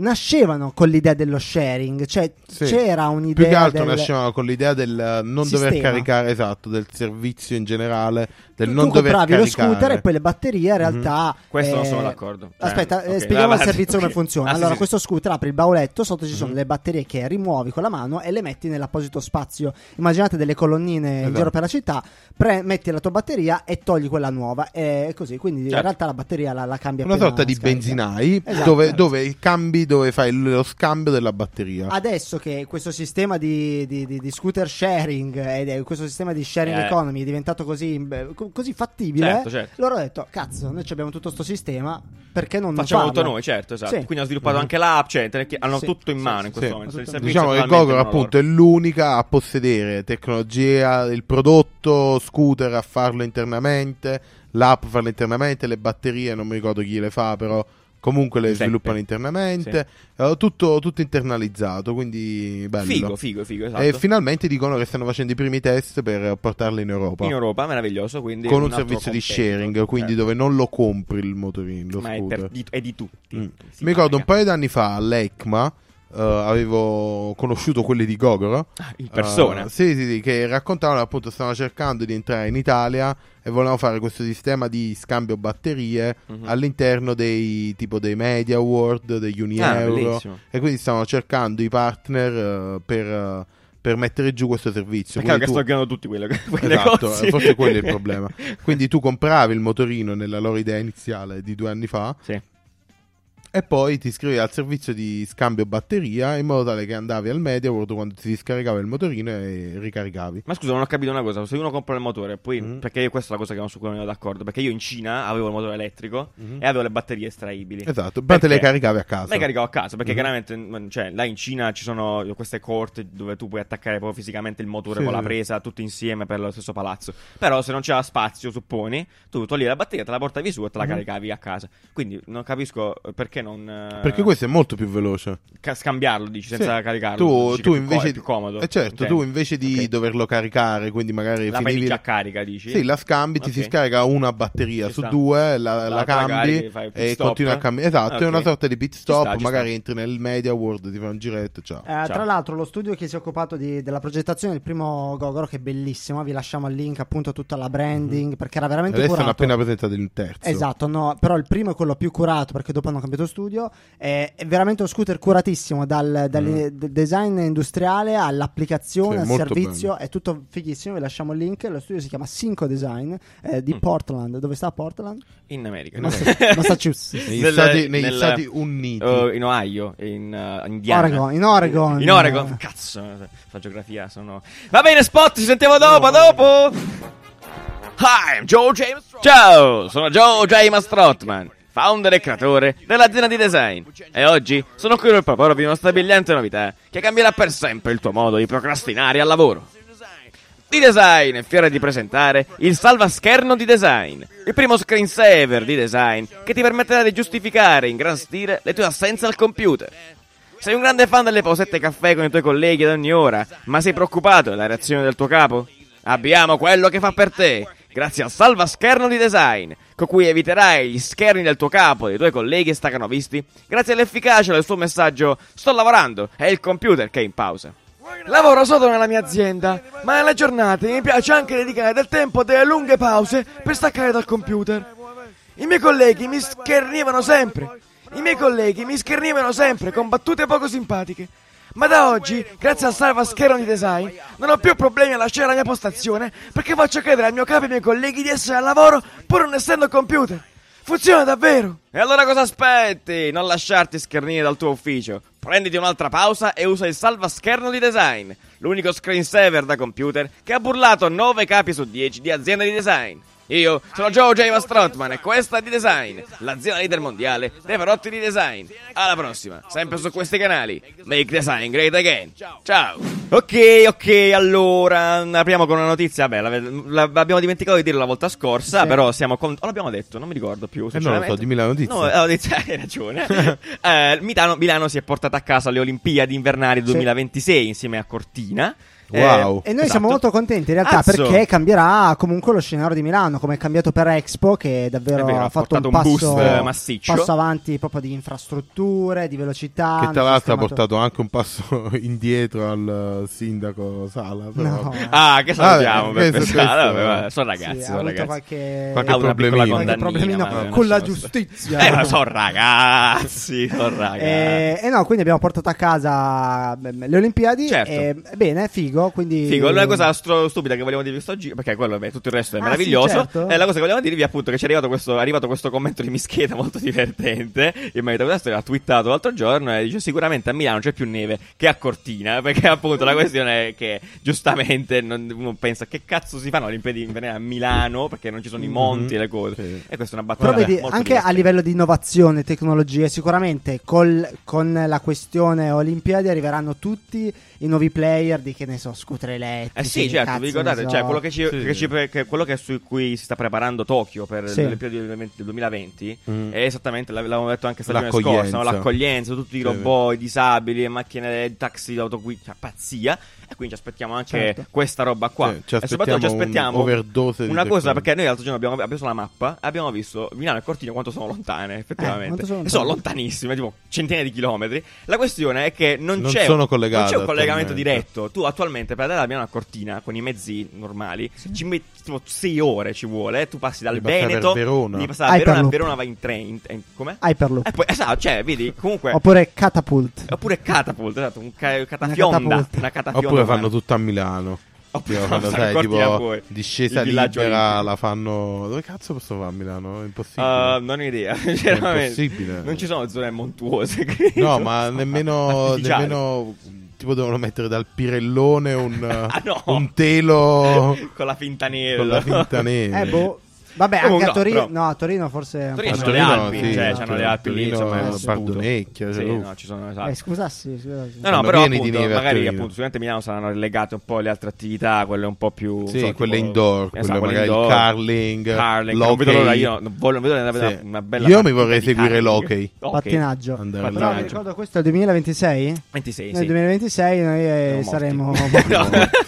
nascevano con l'idea dello sharing, cioè Sì. c'era un'idea Più che altro del... nascevano con l'idea del non Sistema. dover caricare, esatto, del servizio in generale, del tu non dover compravi caricare. lo scooter e poi le batterie in realtà Questo non eh, sono d'accordo. Cioè, aspetta, eh, ok, spieghiamo vai il avanti. servizio come Ok. funziona. Ah, sì, Allora sì, questo scooter apri il bauletto, sotto ci sono le batterie che rimuovi con la mano e le metti nell'apposito spazio. Immaginate delle colonnine in Esatto. giro per la città, pre- metti la tua batteria e togli quella nuova e così, quindi in Certo. realtà la batteria la, la cambia Una appena sorta di scarica. benzinai Esatto. dove, dove cambi, dove fai lo scambio della batteria. Adesso che questo sistema di, di, di, di scooter sharing e questo sistema di sharing Eh. economy è diventato così, beh, co- così fattibile, Certo, certo. loro hanno detto cazzo, noi abbiamo tutto sto sistema, perché non Facciamo farlo? tutto noi, certo, esatto. Sì. Quindi hanno sviluppato anche l'app, cioè che hanno Sì, tutto in sì, mano sì, in questo sì. momento. Il Assolutamente. servizio Diciamo che totalmente Gogoro nuovo. appunto è l'unica a possedere tecnologia, il prodotto scooter a farlo internamente, l'app a farlo internamente, le batterie non mi ricordo chi le fa, però comunque le Sempre. sviluppano internamente, eh, tutto, tutto internalizzato, quindi bello. Figo, figo, figo, esatto. E finalmente dicono che stanno facendo i primi test per portarlo in Europa. In Europa, meraviglioso, quindi Con un, altro servizio di competitor, sharing, quindi certo. dove non lo compri il motorino, lo Ma è, scooter. per, di, è di tutti. Mm. Si Mi ricordo un paga. paio d'anni fa all'ECMA eh, avevo conosciuto quelli di Gogoro. Ah, in persona. Eh, sì, sì, sì, che raccontavano appunto stavano cercando di entrare in Italia e volevano fare questo sistema di scambio batterie Mhm. all'interno dei tipo dei Media Award, degli Uni Ah, Euro, bellissimo. e quindi stavano cercando i partner eh, per, eh, per mettere giù questo servizio. Peccato che Quindi tu- sto tutti quelli, quei Esatto, negozi. eh, forse quello è il problema. Quindi tu compravi il motorino nella loro idea iniziale di due anni fa Sì. e poi ti iscrivevi al servizio di scambio batteria in modo tale che andavi al Media World quando ti scaricava il motorino e ricaricavi. Ma scusa, non ho capito una cosa. Se uno compra il motore, poi Mhm. perché questa è la cosa che non su cui non ero d'accordo. Perché io in Cina avevo il motore elettrico e avevo le batterie estraibili. Esatto, poi te le Perché? caricavi a casa. Me le caricavo a casa perché Mhm. chiaramente, mm, cioè, là in Cina ci sono queste corte dove tu puoi attaccare proprio fisicamente il motore Sì, con la sì. presa tutti insieme per lo stesso palazzo. Però se non c'era spazio, supponi, tu togli la batteria, te la portavi su e te la Mhm. caricavi a casa. Quindi non capisco perché non eh, Perché questo è molto più veloce. ca- scambiarlo, dici, senza Sì. caricarlo. Tu, Dici tu che è più co- invece è più comodo. eh certo, intendi? tu invece di Ok. doverlo caricare, quindi magari la prendi finivi già carica, dici? Sì, la scambi, ti Ok. si scarica una batteria Ci su sta. due, la, la L'altra cambi carichi, fai il pit e stop. continui a cambiare. Esatto, Ah, è una ok. sorta di pit Ci stop, sta, ci magari sta. entri nel Media World, ti fa un giretto, ciao. Eh, tra Ciao. l'altro lo studio che si è occupato di- della progettazione del primo Gogoro, che è bellissimo, vi lasciamo il link appunto tutta la branding, perché era veramente Adesso hanno curato. appena presentato il terzo. Esatto, no, però il primo è quello più curato perché dopo hanno cambiato studio. È, è veramente uno scooter curatissimo dal, dal- Mm. del design industriale all'applicazione, Sì, al molto servizio. È tutto fighissimo. Vi lasciamo il link. Lo studio si chiama Synco Design eh, di Mm. Portland. Dove sta Portland? In America. Massa- Massachusetts. Negli, Nel- Stati, negli nel- Stati Uniti. Uh, in Ohio, in uh, Indiana. Oregon, in Oregon. In Oregon. Cazzo, fa geografia, sono... Va bene, Spot, ci sentiamo dopo, dopo! Hi, I'm Joe James Trotman. Ciao, sono Joe James Trotman, founder e creatore dell'azienda di design. E oggi sono qui per proporvi una strabiliante novità che cambierà per sempre il tuo modo di procrastinare al lavoro. D-Design è fiera di presentare il salvascherno di design, il primo screensaver di design che ti permetterà di giustificare in gran stile le tue assenze al computer. Sei un grande fan delle pausette caffè con i tuoi colleghi ad ogni ora, ma sei preoccupato della reazione del tuo capo? Abbiamo quello che fa per te, grazie al salvascherno di design, con cui eviterai gli scherni del tuo capo e dei tuoi colleghi stacanovisti, grazie all'efficacia del suo messaggio "sto lavorando, è il computer che è in pausa". Lavoro solo nella mia azienda, ma nelle giornate mi piace anche dedicare del tempo a delle lunghe pause per staccare dal computer. I miei colleghi mi schernivano sempre. I miei colleghi mi schernivano sempre con battute poco simpatiche. Ma da oggi, grazie al salvascherno di design, non ho più problemi a lasciare la mia postazione perché faccio credere al mio capo e ai miei colleghi di essere al lavoro pur non essendo computer. Funziona davvero! E allora cosa aspetti? Non lasciarti schernire dal tuo ufficio. Prenditi un'altra pausa e usa il salvascherno di design, l'unico screensaver da computer che ha burlato nove capi su dieci di aziende di design. Io sono Joe James Trotman e questa è D-Design, l'azienda leader mondiale dei prodotti di design. Alla prossima, sempre su questi canali. Make design great again. Ciao. Ok, ok, allora apriamo con una notizia. Vabbè, la- la- abbiamo dimenticato di dirlo la volta scorsa, Sì. però siamo con... o l'abbiamo detto, non mi ricordo più. Eh, non lo so, dimmi la notizia. No, la notizia, hai ragione. eh, Milano, Milano si è portata a casa le Olimpiadi invernali duemilaventisei insieme a Cortina. Wow. E noi Esatto. siamo molto contenti in realtà, Azzo. perché cambierà comunque lo scenario di Milano, come è cambiato per Expo, che davvero È vero, ha ha fatto un portato un passo, boost, eh, massiccio. passo avanti proprio di infrastrutture, di velocità. Che tra hanno l'altro ha sistemato- portato anche un passo indietro al sindaco Sala. Però. No. Ah, che salutiamo Vabbè, per questo- pensare. questo- Vabbè, sono ragazzi, Sì, ha sono avuto ragazzi. qualche, Qualche Ha una piccola problemino. qualche condannina, problemino ma con la non so- giustizia. Eh, ma sono ragazzi, sono ragazzi. E, e no, quindi abbiamo portato a casa beh, le Olimpiadi. Certo. E, bene, figo. Quindi Figo, l'unica cosa stro- stupida che volevo dirvi quest'oggi, perché quello, beh, tutto il resto è Ah, meraviglioso. sì, certo. E la cosa che volevo dirvi, appunto, che ci è arrivato questo, è arrivato questo commento di Mischeta molto divertente. In merito a questo, l'ha twittato l'altro giorno e dice: sicuramente a Milano c'è più neve che a Cortina. Perché appunto la questione è che giustamente non, uno pensa che cazzo si fanno le Olimpiadi in a Milano perché non ci sono i monti e le cose. Sì. E questa è una battuta Però vedi, molto anche a divertente. livello di innovazione, tecnologie, sicuramente col- con la questione Olimpiadi arriveranno tutti i nuovi player di, che ne so, scooter elettrici. Eh sì, che certo, cazzo vi ne ricordate, so. cioè quello che ci, Sì. che ci pre- che quello che su cui si sta preparando Tokyo per Sì. le Olimpiadi del del duemilaventi Mm. è esattamente, l'av- l'avevamo detto anche stagione L'accoglienza. scorsa, no? L'accoglienza, tutti i Sì. robot, i disabili, le macchine, i taxi, autoguida, cioè pazzia. E quindi ci aspettiamo anche Certo. questa roba qua. Sì, ci e soprattutto ci aspettiamo aspettiamo un overdose di una cosa, tecnologia. perché noi l'altro giorno abbiamo, abbiamo preso la mappa e abbiamo visto Milano e Cortina quanto sono lontane, effettivamente. Eh, quanto sono e sono lontane? lontanissime, tipo centinaia di chilometri. La questione è che non, Non c'è sono non collegate c'è un collegamento attualmente. diretto. Tu attualmente per andare da Milano a Cortina con i mezzi normali ci metti tipo sei ore ci vuole. Tu passi dal Devi passare Veneto, per Verona. devi passare a Verona, a Hyperloop. Verona vai in treno. in- in- come? Hyperloop. E poi, esatto, cioè, vedi, comunque. Oppure Catapult. Oppure catapult, esatto, un ca- catafionda. catapult. Una catafionda. Oppure fanno umana. tutto a Milano. Oppure Tipo, fanno, fanno sai, Cortina tipo poi. discesa Il villaggio libera, olimpico. la fanno. Dove cazzo posso fare a Milano? È impossibile. Uh, non ho idea, sinceramente. impossibile. Non ci sono zone montuose, credo. No, ma nemmeno, Artificiali. nemmeno tipo devono mettere dal Pirellone un, Ah, no. un telo Con la finta neve. con la finta neve. Eh, boh. Vabbè, Comunque anche a no, Torino. però- No, a Torino forse. è un Torino po' c'hanno le Torino, Alpi, sì, cioè sì, c'hanno le Alpi lì, Torino, insomma, è eh, sputo. Bardonecchia, cioè, Sì, uh. no, ci sono, esatto. Eh, scusassi, scusassi. No, no, Sono però pieni di appunto, neve a magari Torino. appunto sicuramente Milano saranno relegate un po' alle altre attività, quelle un po' più Sì, so, quelle tipo- indoor, esatto, quelle quelle magari indoor. curling, Curling, non l'hockey. vedo l'ora, io non voglio, non vedo l'ora di avere Sì. una, una bella Io mi partita vorrei di seguire curling. l'hockey. Hockey. Andare Pattinaggio. là. Però mi Pattinaggio. ricordo questo è il duemilaventisei? ventisei, Nel sì. duemilaventisei noi eh, Siamo saremo morti. No.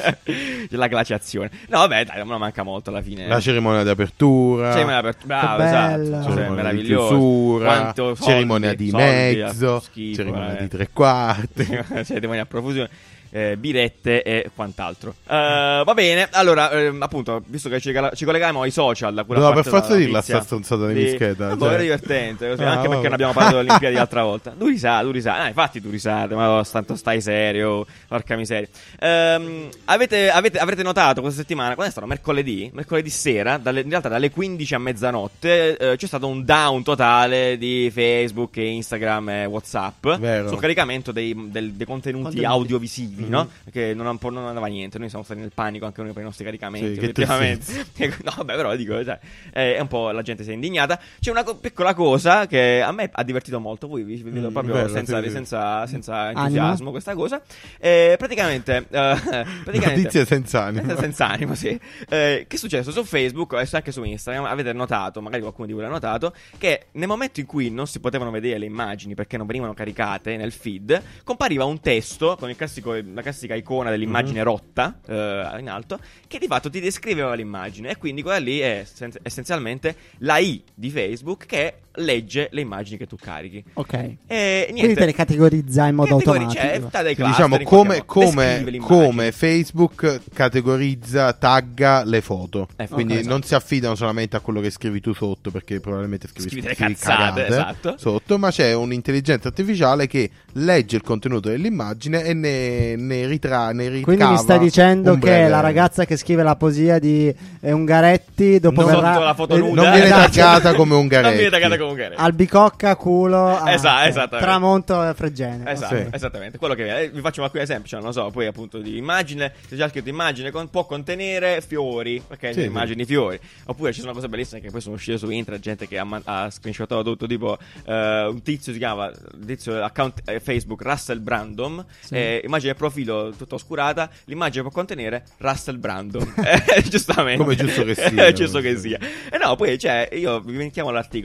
C'è la glaciazione. No, vabbè, dai, non manca molto alla fine. La cerimonia di apertura, Sì, ma per... bravo, Che esatto. bella. Cioè, cerimonia di meraviglioso. chiusura, Quanto soldi, cerimonia di soldi, mezzo, schifo, cerimonia eh. di tre quarti. Cerimonia a profusione. Eh, birette e quant'altro. Eh, va bene, allora, ehm, appunto, visto che ci, ci colleghiamo ai social, da quella No, parte per forza della dirla notizia sta stronzata di di- Mischeta, No, cioè. era divertente, così, Ah, anche perché vabbè. non abbiamo parlato delle Olimpiadi l'altra volta. Tu risate, tu risate. Ah, infatti tu risate, ma tanto stai serio, porca miseria. Ehm, avete, avete, avrete notato questa settimana, quando è stato? Mercoledì? Mercoledì sera, dalle, in realtà dalle quindici a mezzanotte, eh, c'è stato un down totale di Facebook, e Instagram e WhatsApp Vero. sul caricamento dei, del- dei contenuti, Contenuti. audiovisivi, Mhm. no? Perché non, non andava niente, noi siamo stati nel panico anche noi per i nostri caricamenti, Sì, che effettivamente. no, vabbè, però dico, cioè, eh, è un po' la gente si è indignata. C'è una co- piccola cosa che a me ha divertito molto, voi vi vi vedo Mm, proprio vero, senza, sì, sì. senza, senza Anima. entusiasmo questa cosa. Eh, praticamente, eh, praticamente Notizie senza anima. senza, senza animo, sì. Eh, che è successo su Facebook e anche su Instagram? Avete notato, magari qualcuno di voi l'ha notato, che nel momento in cui non si potevano vedere le immagini perché non venivano caricate nel feed, compariva un testo con il classico, la classica icona dell'immagine Mhm. rotta eh, in alto, che di fatto ti descriveva l'immagine. E quindi quella lì è sen- essenzialmente la I di Facebook che legge le immagini che tu carichi. Ok. E Quindi niente. te le categorizza in modo Categori- automatico. cioè, dà dei Sì, cluster diciamo in come, qualche modo. come, Descrive le immagini. come Facebook categorizza, tagga le foto. Eh, Quindi ok, esatto. non si affidano solamente a quello che scrivi tu sotto, perché probabilmente scrivi, Scrivi delle scrivi cazzate, cagate esatto. sotto, ma c'è un'intelligenza artificiale che legge il contenuto dell'immagine e ne, ne ritrae, ne ricava. Quindi mi stai dicendo un che breve- la ragazza che scrive la poesia di eh, Ungaretti dopo Non- verrà Sotto la foto eh, nuda. non viene esatto. taggata come Ungaretti. Non viene taggata come Ungaretti. Albicocca, culo, ah, Esatto, ok. esattamente. Tramonto e Fregene. Esatto, Sì. esattamente, quello che eh, vi faccio alcuni esempi, cioè, non lo so, poi appunto di immagine, c'è già scritto immagine con, può contenere fiori, ok, Sì, immagini fiori, oppure ci sono cose bellissime che poi sono uscite su internet, gente che ha, man- ha screenshottato tutto, tipo eh, un tizio si chiama, un tizio account eh, Facebook Russell Brandom, Sì. eh, immagine profilo tutta oscurata, l'immagine può contenere Russell Brandom, eh, giustamente. Come giusto che sia. È giusto che sia. E no, poi cioè, io vi mettiamo l'articolo, andate a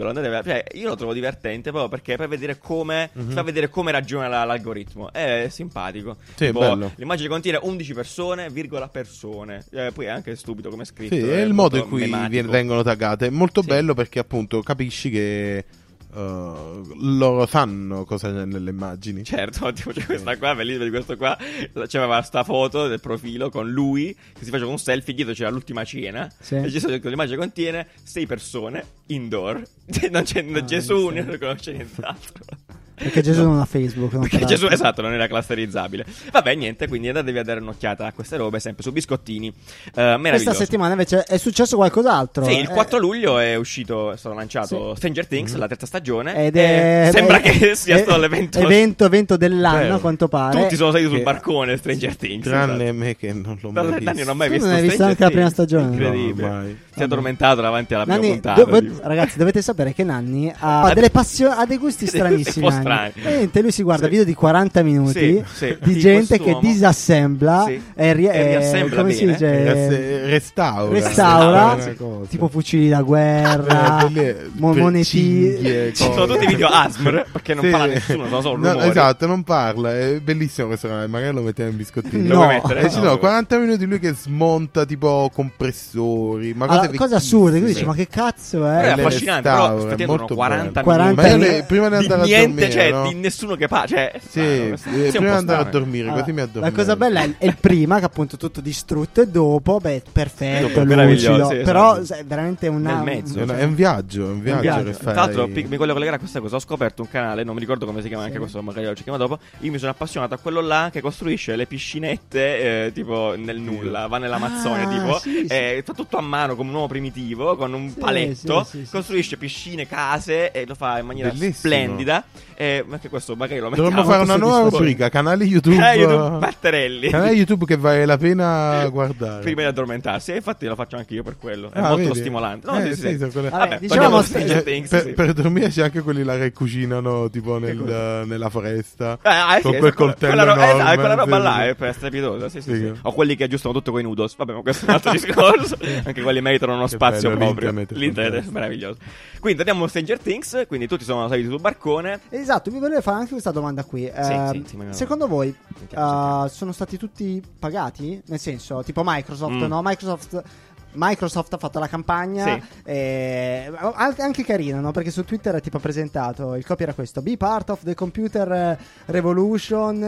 cioè io lo trovo divertente proprio perché per vedere come Mhm. fa vedere come ragiona la- l'algoritmo. È simpatico. Sì, Tipo, bello. l'immagine contiene undici persone, virgola persone. Eh, poi è anche stupido come è scritto. Sì, è il molto modo in cui mematico. viene- vengono taggate. È molto Sì. bello perché appunto capisci che uh, loro sanno cosa c'è nelle immagini. Certo, tipo c'è questa qua, bellissima di questo qua. C'aveva sta foto del profilo con lui che si faceva un selfie, dietro c'era l'ultima cena. Sì. E Gesù, l'immagine contiene sei persone indoor. Non c'è Ah, Gesù, sì. non conosce nient'altro. Perché Gesù non ha Facebook. Non Perché peraltro. Gesù, esatto, non era clusterizzabile. Vabbè, niente, quindi andatevi a dare un'occhiata a queste robe, sempre su Biscottini. Eh, Questa meraviglioso. settimana invece è successo qualcos'altro. Sì, il Eh, quattro luglio è uscito, è stato lanciato Sì. Stranger Things, la terza stagione. Ed e è, sembra è- che sia è- stato l'evento. evento, evento dell'anno, Vero. a quanto pare. Tutti sono saliti sul Che- barcone Stranger Things. Tranne esatto. me che non l'ho Da mai Nanni visto. non ho mai Tu visto non hai visto Stranger anche la prima Things. stagione? Incredibile. No, mai. Si è addormentato davanti alla prima Nanni, puntata. do- tipo. ragazzi, dovete sapere che Nanni ha Ha delle passioni, ha dei gusti dei gusti stranissimi. un po' Nanni. strani. Praticamente lui si guarda Sì. video di quaranta minuti Sì, sì, di di gente che quest'uomo. disassembla Sì. e, ri- E e- riassembla come si bene. dice? Restaura, restaura, Restaura, una cosa. tipo fucili da guerra, Eh, delle- mo- per moneti. cinghie, Sono cose. tutti video A S M R perché non Sì. parla nessuno, sono solo No, rumori. esatto, non parla. È bellissimo questo canale. Magari lo mettiamo in biscottini. Lo No. vuoi mettere? Eh, sì, no, quaranta minuti lui che smonta tipo compressori. Ma cose, Ah, cose assurde. Quindi dici, vecchissime. ma che cazzo Però è è? le affascinante, restaura, però è effettivamente molto sono quaranta, quaranta minuti Ma io minuti le- prima di di andare a niente, dormire, cioè no? di nessuno che parla, cioè Sì, strano, sì, sì, un prima po' di andare a strano. dormire, Allora, così mi la addormento. cosa bella è, è il prima, che appunto tutto distrutto, e dopo, beh, perfetto, Dopo, meraviglioso, lucido. sì, Però esatto. sai, è veramente una. Nel mezzo. È una- è un viaggio, è un viaggio, viaggio. che fai. Tra l'altro, pic- mi voglio collegare a questa cosa. Ho scoperto un canale, non mi ricordo come si chiama, anche Sì. questo magari lo cerchiamo dopo. Io mi sono appassionato a quello là che costruisce le piscinette eh, tipo nel nulla, va nell'Amazzonia, Ah, tipo, sì, sì. e fa tutto a mano come un uomo primitivo, con un Sì, paletto, sì, sì, sì. costruisce piscine, case e lo fa in maniera Bellissimo. splendida. E anche questo magari lo mettiamo. Dovremmo fare una nuova soddisfatto. rubrica, canale YouTube. Eh, YouTube Batterelli. Canale YouTube che vale la pena guardare. Prima di addormentarsi, e infatti lo faccio anche io per quello. È Ah, molto vedi? stimolante. No, Eh, sì, sì, sì, sono quelle- Vabbè, Vabbè, diciamo torniamo a st- Stranger Eh, Things, per, sì. per dormire c'è anche quelli là che cucinano tipo nel- nella foresta Eh, ah, sì, con sì, quel quella- coltello quella, ro- enorme, esatto, quella roba sì, là sì. è per strepitosa, sì, sì, Sì. sì. O quelli che aggiustano tutto con i noodles. Vabbè, ma questo è un altro discorso. Anche quelli meritano uno Che spazio bello, proprio. l'internet è L'internet è fantastico. meraviglioso. Quindi andiamo a Stranger Things, quindi tutti sono saliti sul barcone. Esatto, mi volevo fare anche questa domanda qui. Eh, sì, sì, ma- secondo voi Sentiamo, sentiamo. eh, sono stati tutti pagati? Nel senso, tipo Microsoft, Mm. no? Microsoft. Microsoft ha fatto la campagna, Sì. eh, an- anche carina, no? Perché su Twitter è tipo presentato, il copy era questo: Be part of the computer eh, revolution,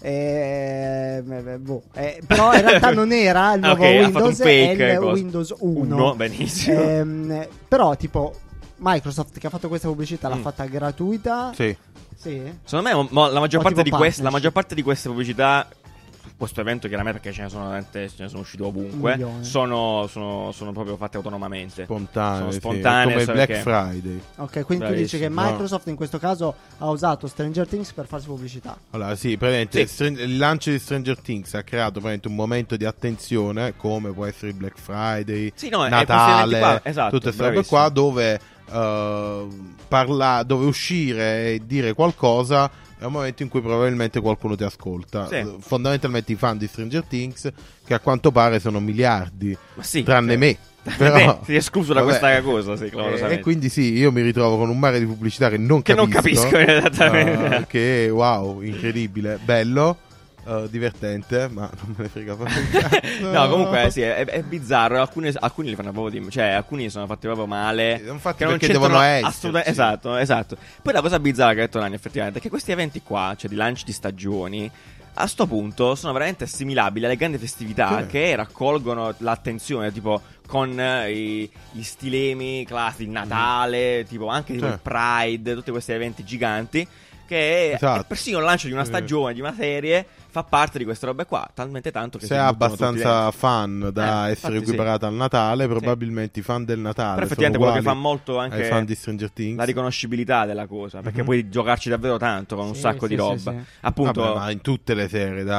eh, eh, boh. Eh, però in realtà non era il Ah, nuovo ok, ha fatto un Windows, fake, è il cosa. Windows uno. Uno, benissimo. Ehm, però tipo Microsoft che ha fatto questa pubblicità l'ha Mm. fatta gratuita. Sì. Sì. Secondo me mo- mo- la, maggior O parte di tipo queste, la partnership. maggior parte di queste pubblicità, questo evento chiaramente perché ce ne sono veramente, ce ne sono usciti ovunque, Un milione. sono, sono, sono proprio fatte autonomamente. Spontaneo, Sono sì. spontanee, Come il so Black che- Friday. Ok, quindi tu dici che Bravissimo. Microsoft in questo caso ha usato Stranger Things per farsi pubblicità. Allora, sì, praticamente Sì. Str- il lancio di Stranger Things ha creato praticamente un momento di attenzione, come può essere il Black Friday, Sì, no, è Natale, questi eventi qua, esatto, tutte queste robe bravissimo. qua, dove eh, parla, dove uscire e dire qualcosa è un momento in cui probabilmente qualcuno ti ascolta. Sì. Eh, Fondamentalmente i fan di Stranger Things, che a quanto pare sono miliardi, Ma sì, tranne sì. me. Beh, Però, si è escluso da vabbè. questa cosa, sì, Eh, clamorosamente. e quindi sì, io mi ritrovo con un mare di pubblicità che non Che non capisco. capisco, esattamente. eh, che wow, incredibile, bello, eh, divertente, ma non me ne frega proprio un cazzo. No, comunque sì, è, è bizzarro. Alcuni, alcuni li fanno proprio di, cioè, alcuni sono fatti proprio male. Sono fatti che non perché c'entrano devono esserci. assolutamente- Esatto, esatto. Poi la cosa bizzarra che ha detto Nani, effettivamente, è che questi eventi qua, cioè di lancio di stagioni, a sto punto sono veramente assimilabili alle grandi festività Sì. che raccolgono l'attenzione, tipo con eh, i, gli stilemi classici, il Natale, tipo anche tipo Sì. il Pride, tutti questi eventi giganti. Che è, Esatto. è persino il lancio di una Sì. stagione, di una serie, fa parte di queste robe qua, talmente tanto che Se si è buttano tutti abbastanza dentro. fan da Eh, essere infatti sì. equiparata al Natale, probabilmente i fan del Natale Però sono effettivamente quello che fa uguali molto ai anche fan di Stranger Things. la riconoscibilità della cosa, perché Mhm. puoi giocarci davvero tanto con un Sì, sacco sì, di sì, roba. sì. Appunto, Vabbè, ma in tutte le serie, dai.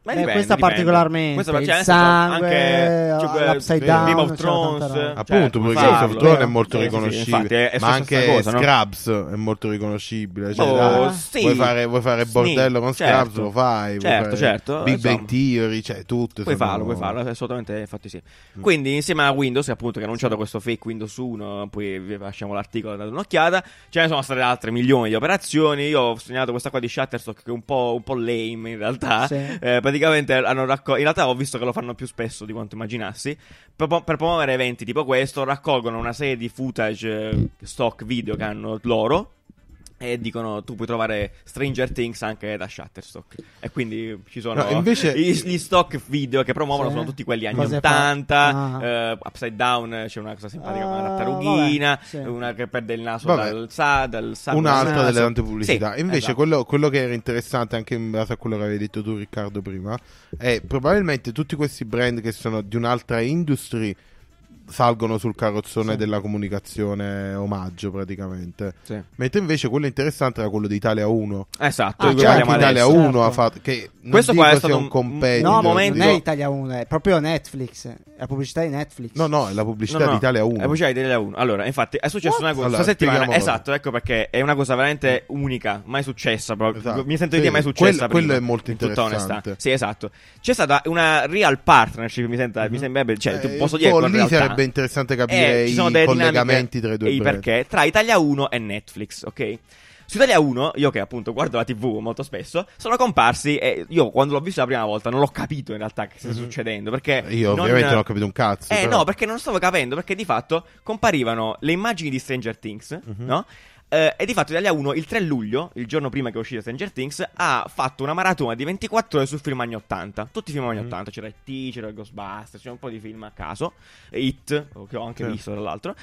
Ma Eh, dipende, questa dipende. particolarmente, Questa il cioè, nel senso, sangue, anche cioè, l'Upside sì, Down, Game of c'era Thrones, tanta roba. Appunto, certo, perché farlo. Game of Thrones è vero. molto Sì, sì, sì, riconoscibile, infatti, è- è ma successa anche cosa, no? Scrubs è molto riconoscibile. Cioè, Oh, dai, sì. vuoi fare, vuoi fare Sì, bordello con certo. Scrubs, lo fai. vuoi Certo, fare certo, Big insomma. Bang Theory, cioè tutto. Puoi sono- farlo, puoi farlo, assolutamente, infatti sì. Quindi insieme a Windows, che appunto che ha annunciato questo fake Windows uno, poi vi lasciamo l'articolo, date un'occhiata. Ce ne sono state altre milioni di operazioni. Io ho segnato questa qua di Shutterstock che è un po', un po' lame in realtà. Sì. Eh, praticamente hanno raccolto, in realtà ho visto che lo fanno più spesso di quanto immaginassi. Per, per promuovere eventi tipo questo, raccolgono una serie di footage, eh, stock video che hanno loro. E dicono tu puoi trovare Stranger Things anche da Shutterstock. E quindi ci sono No, invece- i- gli stock video che promuovono Sì. sono tutti quelli anni Cose ottanta. fa- eh, Upside Down c'è una cosa simpatica con una Ah, tartarughina. vabbè, sì. Una che perde il naso Vabbè. dal, sa, dal sangue. Un'altra del delle naso. tante pubblicità. Sì, Invece, esatto. quello, quello che era interessante, anche in base a quello che avevi detto tu, Riccardo, prima, è probabilmente tutti questi brand che sono di un'altra industry salgono sul carrozzone Sì. della comunicazione omaggio praticamente. Sì. Mentre invece quello interessante era quello di Italia uno. Esatto, Ah, di cui Cioè, parliamo anche Italia adesso. uno certo. ha fatto che non Questo dico qua è sia stato un un- competitor, No, momento- non è dico- Italia uno, è proprio Netflix. È la pubblicità di Netflix. No, no, è la pubblicità No, no, di Italia uno. È pubblicità di Italia uno. Allora, infatti, è successa What? una cosa. Allora, Questa settimana, spieghiamolo. esatto, ecco perché è una cosa veramente unica, mai successa. Proprio. Esatto. Mi sento di Sì, dire mai successa. quello- quello prima, è molto in tutta onestà. interessante. Sì, esatto. C'è stata una real partnership, mi, senta, mi sembrerebbe. Cioè, Eh, posso dire boh, con lì realtà. sarebbe interessante capire Eh, ci i sono delle collegamenti dinamiche tra i due e i brand. perché tra Italia uno e Netflix, ok? Su Italia uno, io che appunto guardo la tivù molto spesso, sono comparsi e io quando l'ho visto la prima volta non l'ho capito in realtà che stia succedendo, perché Io non- ovviamente non ho capito un cazzo. Eh però. no, perché non stavo capendo, perché di fatto comparivano le immagini di Stranger Things, Mhm. no? Eh, e di fatto Italia uno il tre luglio, il giorno prima che uscisse Stranger Things, ha fatto una maratona di ventiquattro ore su film anni ottanta. Tutti i film anni Mhm. ottanta, c'era E T, c'era Ghostbusters, c'era un po' di film a caso, Hit, che ho anche Sì. visto tra l'altro.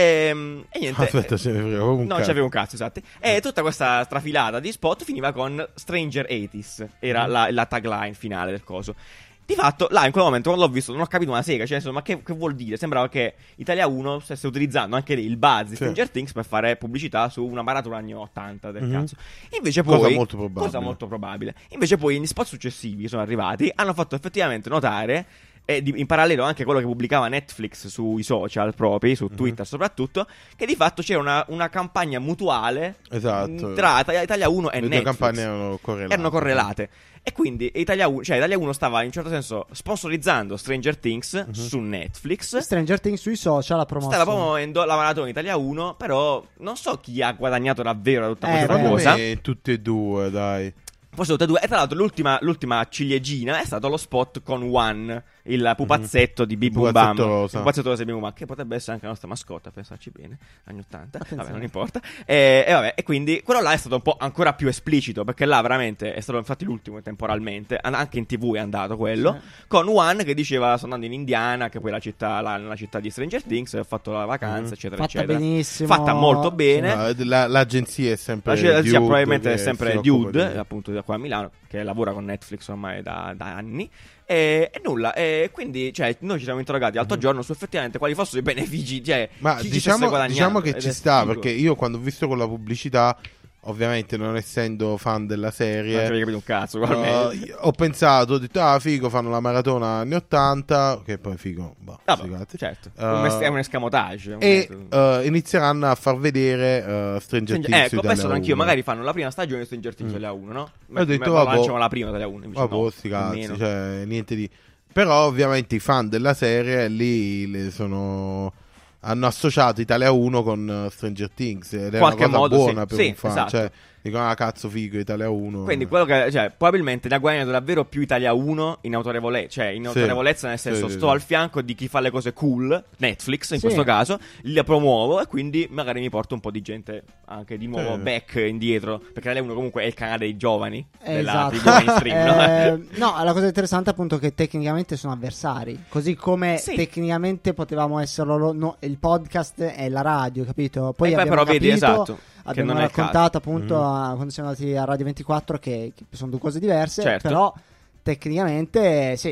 E, e niente. Aspetta, ce ne frega proprio un No, cazzo. c'aveva un cazzo, esatto. E tutta questa strafilata di spot finiva con Stranger ottanta, era Mhm. la, la tagline finale del coso. Di fatto, là in quel momento, quando l'ho visto, non ho capito una sega. Cioè, insomma, ma che, che vuol dire? Sembrava che Italia uno stesse utilizzando anche lì il buzz di Sì. Stranger Things per fare pubblicità su una maratona anni ottanta del Mhm. cazzo. Invece poi. Cosa molto probabile. Cosa molto probabile. Invece poi, gli spot successivi che sono arrivati, hanno fatto effettivamente notare. E di- in parallelo anche quello che pubblicava Netflix sui social propri, su Twitter soprattutto, che di fatto c'era una, una campagna mutuale Esatto. mh, tra Italia- Italia uno e Le due Netflix. campagne erano correlate. Erano correlate. E quindi Italia uno, cioè Italia uno stava in un certo senso sponsorizzando Stranger Things Mhm. su Netflix. Stranger Things sui social ha promosso. Stava promuovendo la maratona Italia uno, però non so chi ha guadagnato davvero da tutta Eh, questa beh. Secondo cosa. me tutti e due, dai. Forse tutte e due. E tra l'altro l'ultima, l'ultima ciliegina è stato lo spot con One, il pupazzetto di Bim Bum Bam. Pupazzetto rosa. Il pupazzetto rosa di Bim Bum Bam, che potrebbe essere anche la nostra mascotta, pensarci bene, anni ottanta. Attenzione. Vabbè, non importa. E, e vabbè, e quindi quello là è stato un po' ancora più esplicito, perché là veramente è stato infatti l'ultimo temporalmente, an- anche in tivù è andato quello, Sì. con One che diceva sto andando in Indiana, che poi è la città, la, la città di Stranger Things, ho fatto la vacanza, Mhm. eccetera, Fatta eccetera. benissimo. Fatta molto bene. No, la- l'agenzia è sempre La scelta sia Dude, probabilmente che è sempre si occupa Dude, di- appunto da qua a Milano, che lavora con Netflix ormai da, da anni. E, e nulla, e quindi cioè, noi ci siamo interrogati l'altro giorno su effettivamente quali fossero i benefici, cioè Ma chi ci stesse diciamo, guadagnando, diciamo che ed ci è sta, figo. perché io quando ho visto quella pubblicità, ovviamente non essendo fan della non ci serie, avevi capito un cazzo, uh, ugualmente. ho pensato, ho detto, ah figo, fanno la maratona anni ottanta, che poi figo, boh, Vabbè, sti cazzi. certo, Uh, un mest- è un escamotage. un E metodo. uh, inizieranno a far vedere uh, Stranger Stranger- Things su ecco, Italia penso anch'io, uno. magari fanno la prima stagione di Stranger Things Mm. Italia uno, no? Ho detto, ma vabbè, lanciamo la prima Italia uno, invece vabbè, no, sti cazzi, almeno. cioè, niente di... Però ovviamente i fan della serie lì le sono... hanno associato Italia uno con uh, Stranger Things ed è Qualche una cosa modo, buona sì. per Sì, un fan, esatto. cioè dicono ah cazzo figo Italia uno. Quindi quello che, cioè, probabilmente ne ha guadagnato davvero più Italia uno in autorevolezza, cioè in Sì. autorevolezza nel senso Sì, sì, sto sì. al fianco di chi fa le cose cool, Netflix in Sì. questo caso, li promuovo e quindi magari mi porto un po' di gente anche di nuovo Sì. back indietro, perché Italia uno comunque è il canale dei giovani, della Esatto. T V mainstream, no? Eh, no, la cosa interessante appunto è che tecnicamente sono avversari, così come Sì. tecnicamente potevamo esserlo lo- no, il podcast e la radio, capito? Poi E poi abbiamo però vedi, capito, esatto, che abbiamo non è il caso. raccontato appunto Mhm. a- quando siamo andati a Radio ventiquattro che, che sono due cose diverse, Certo. però tecnicamente sì.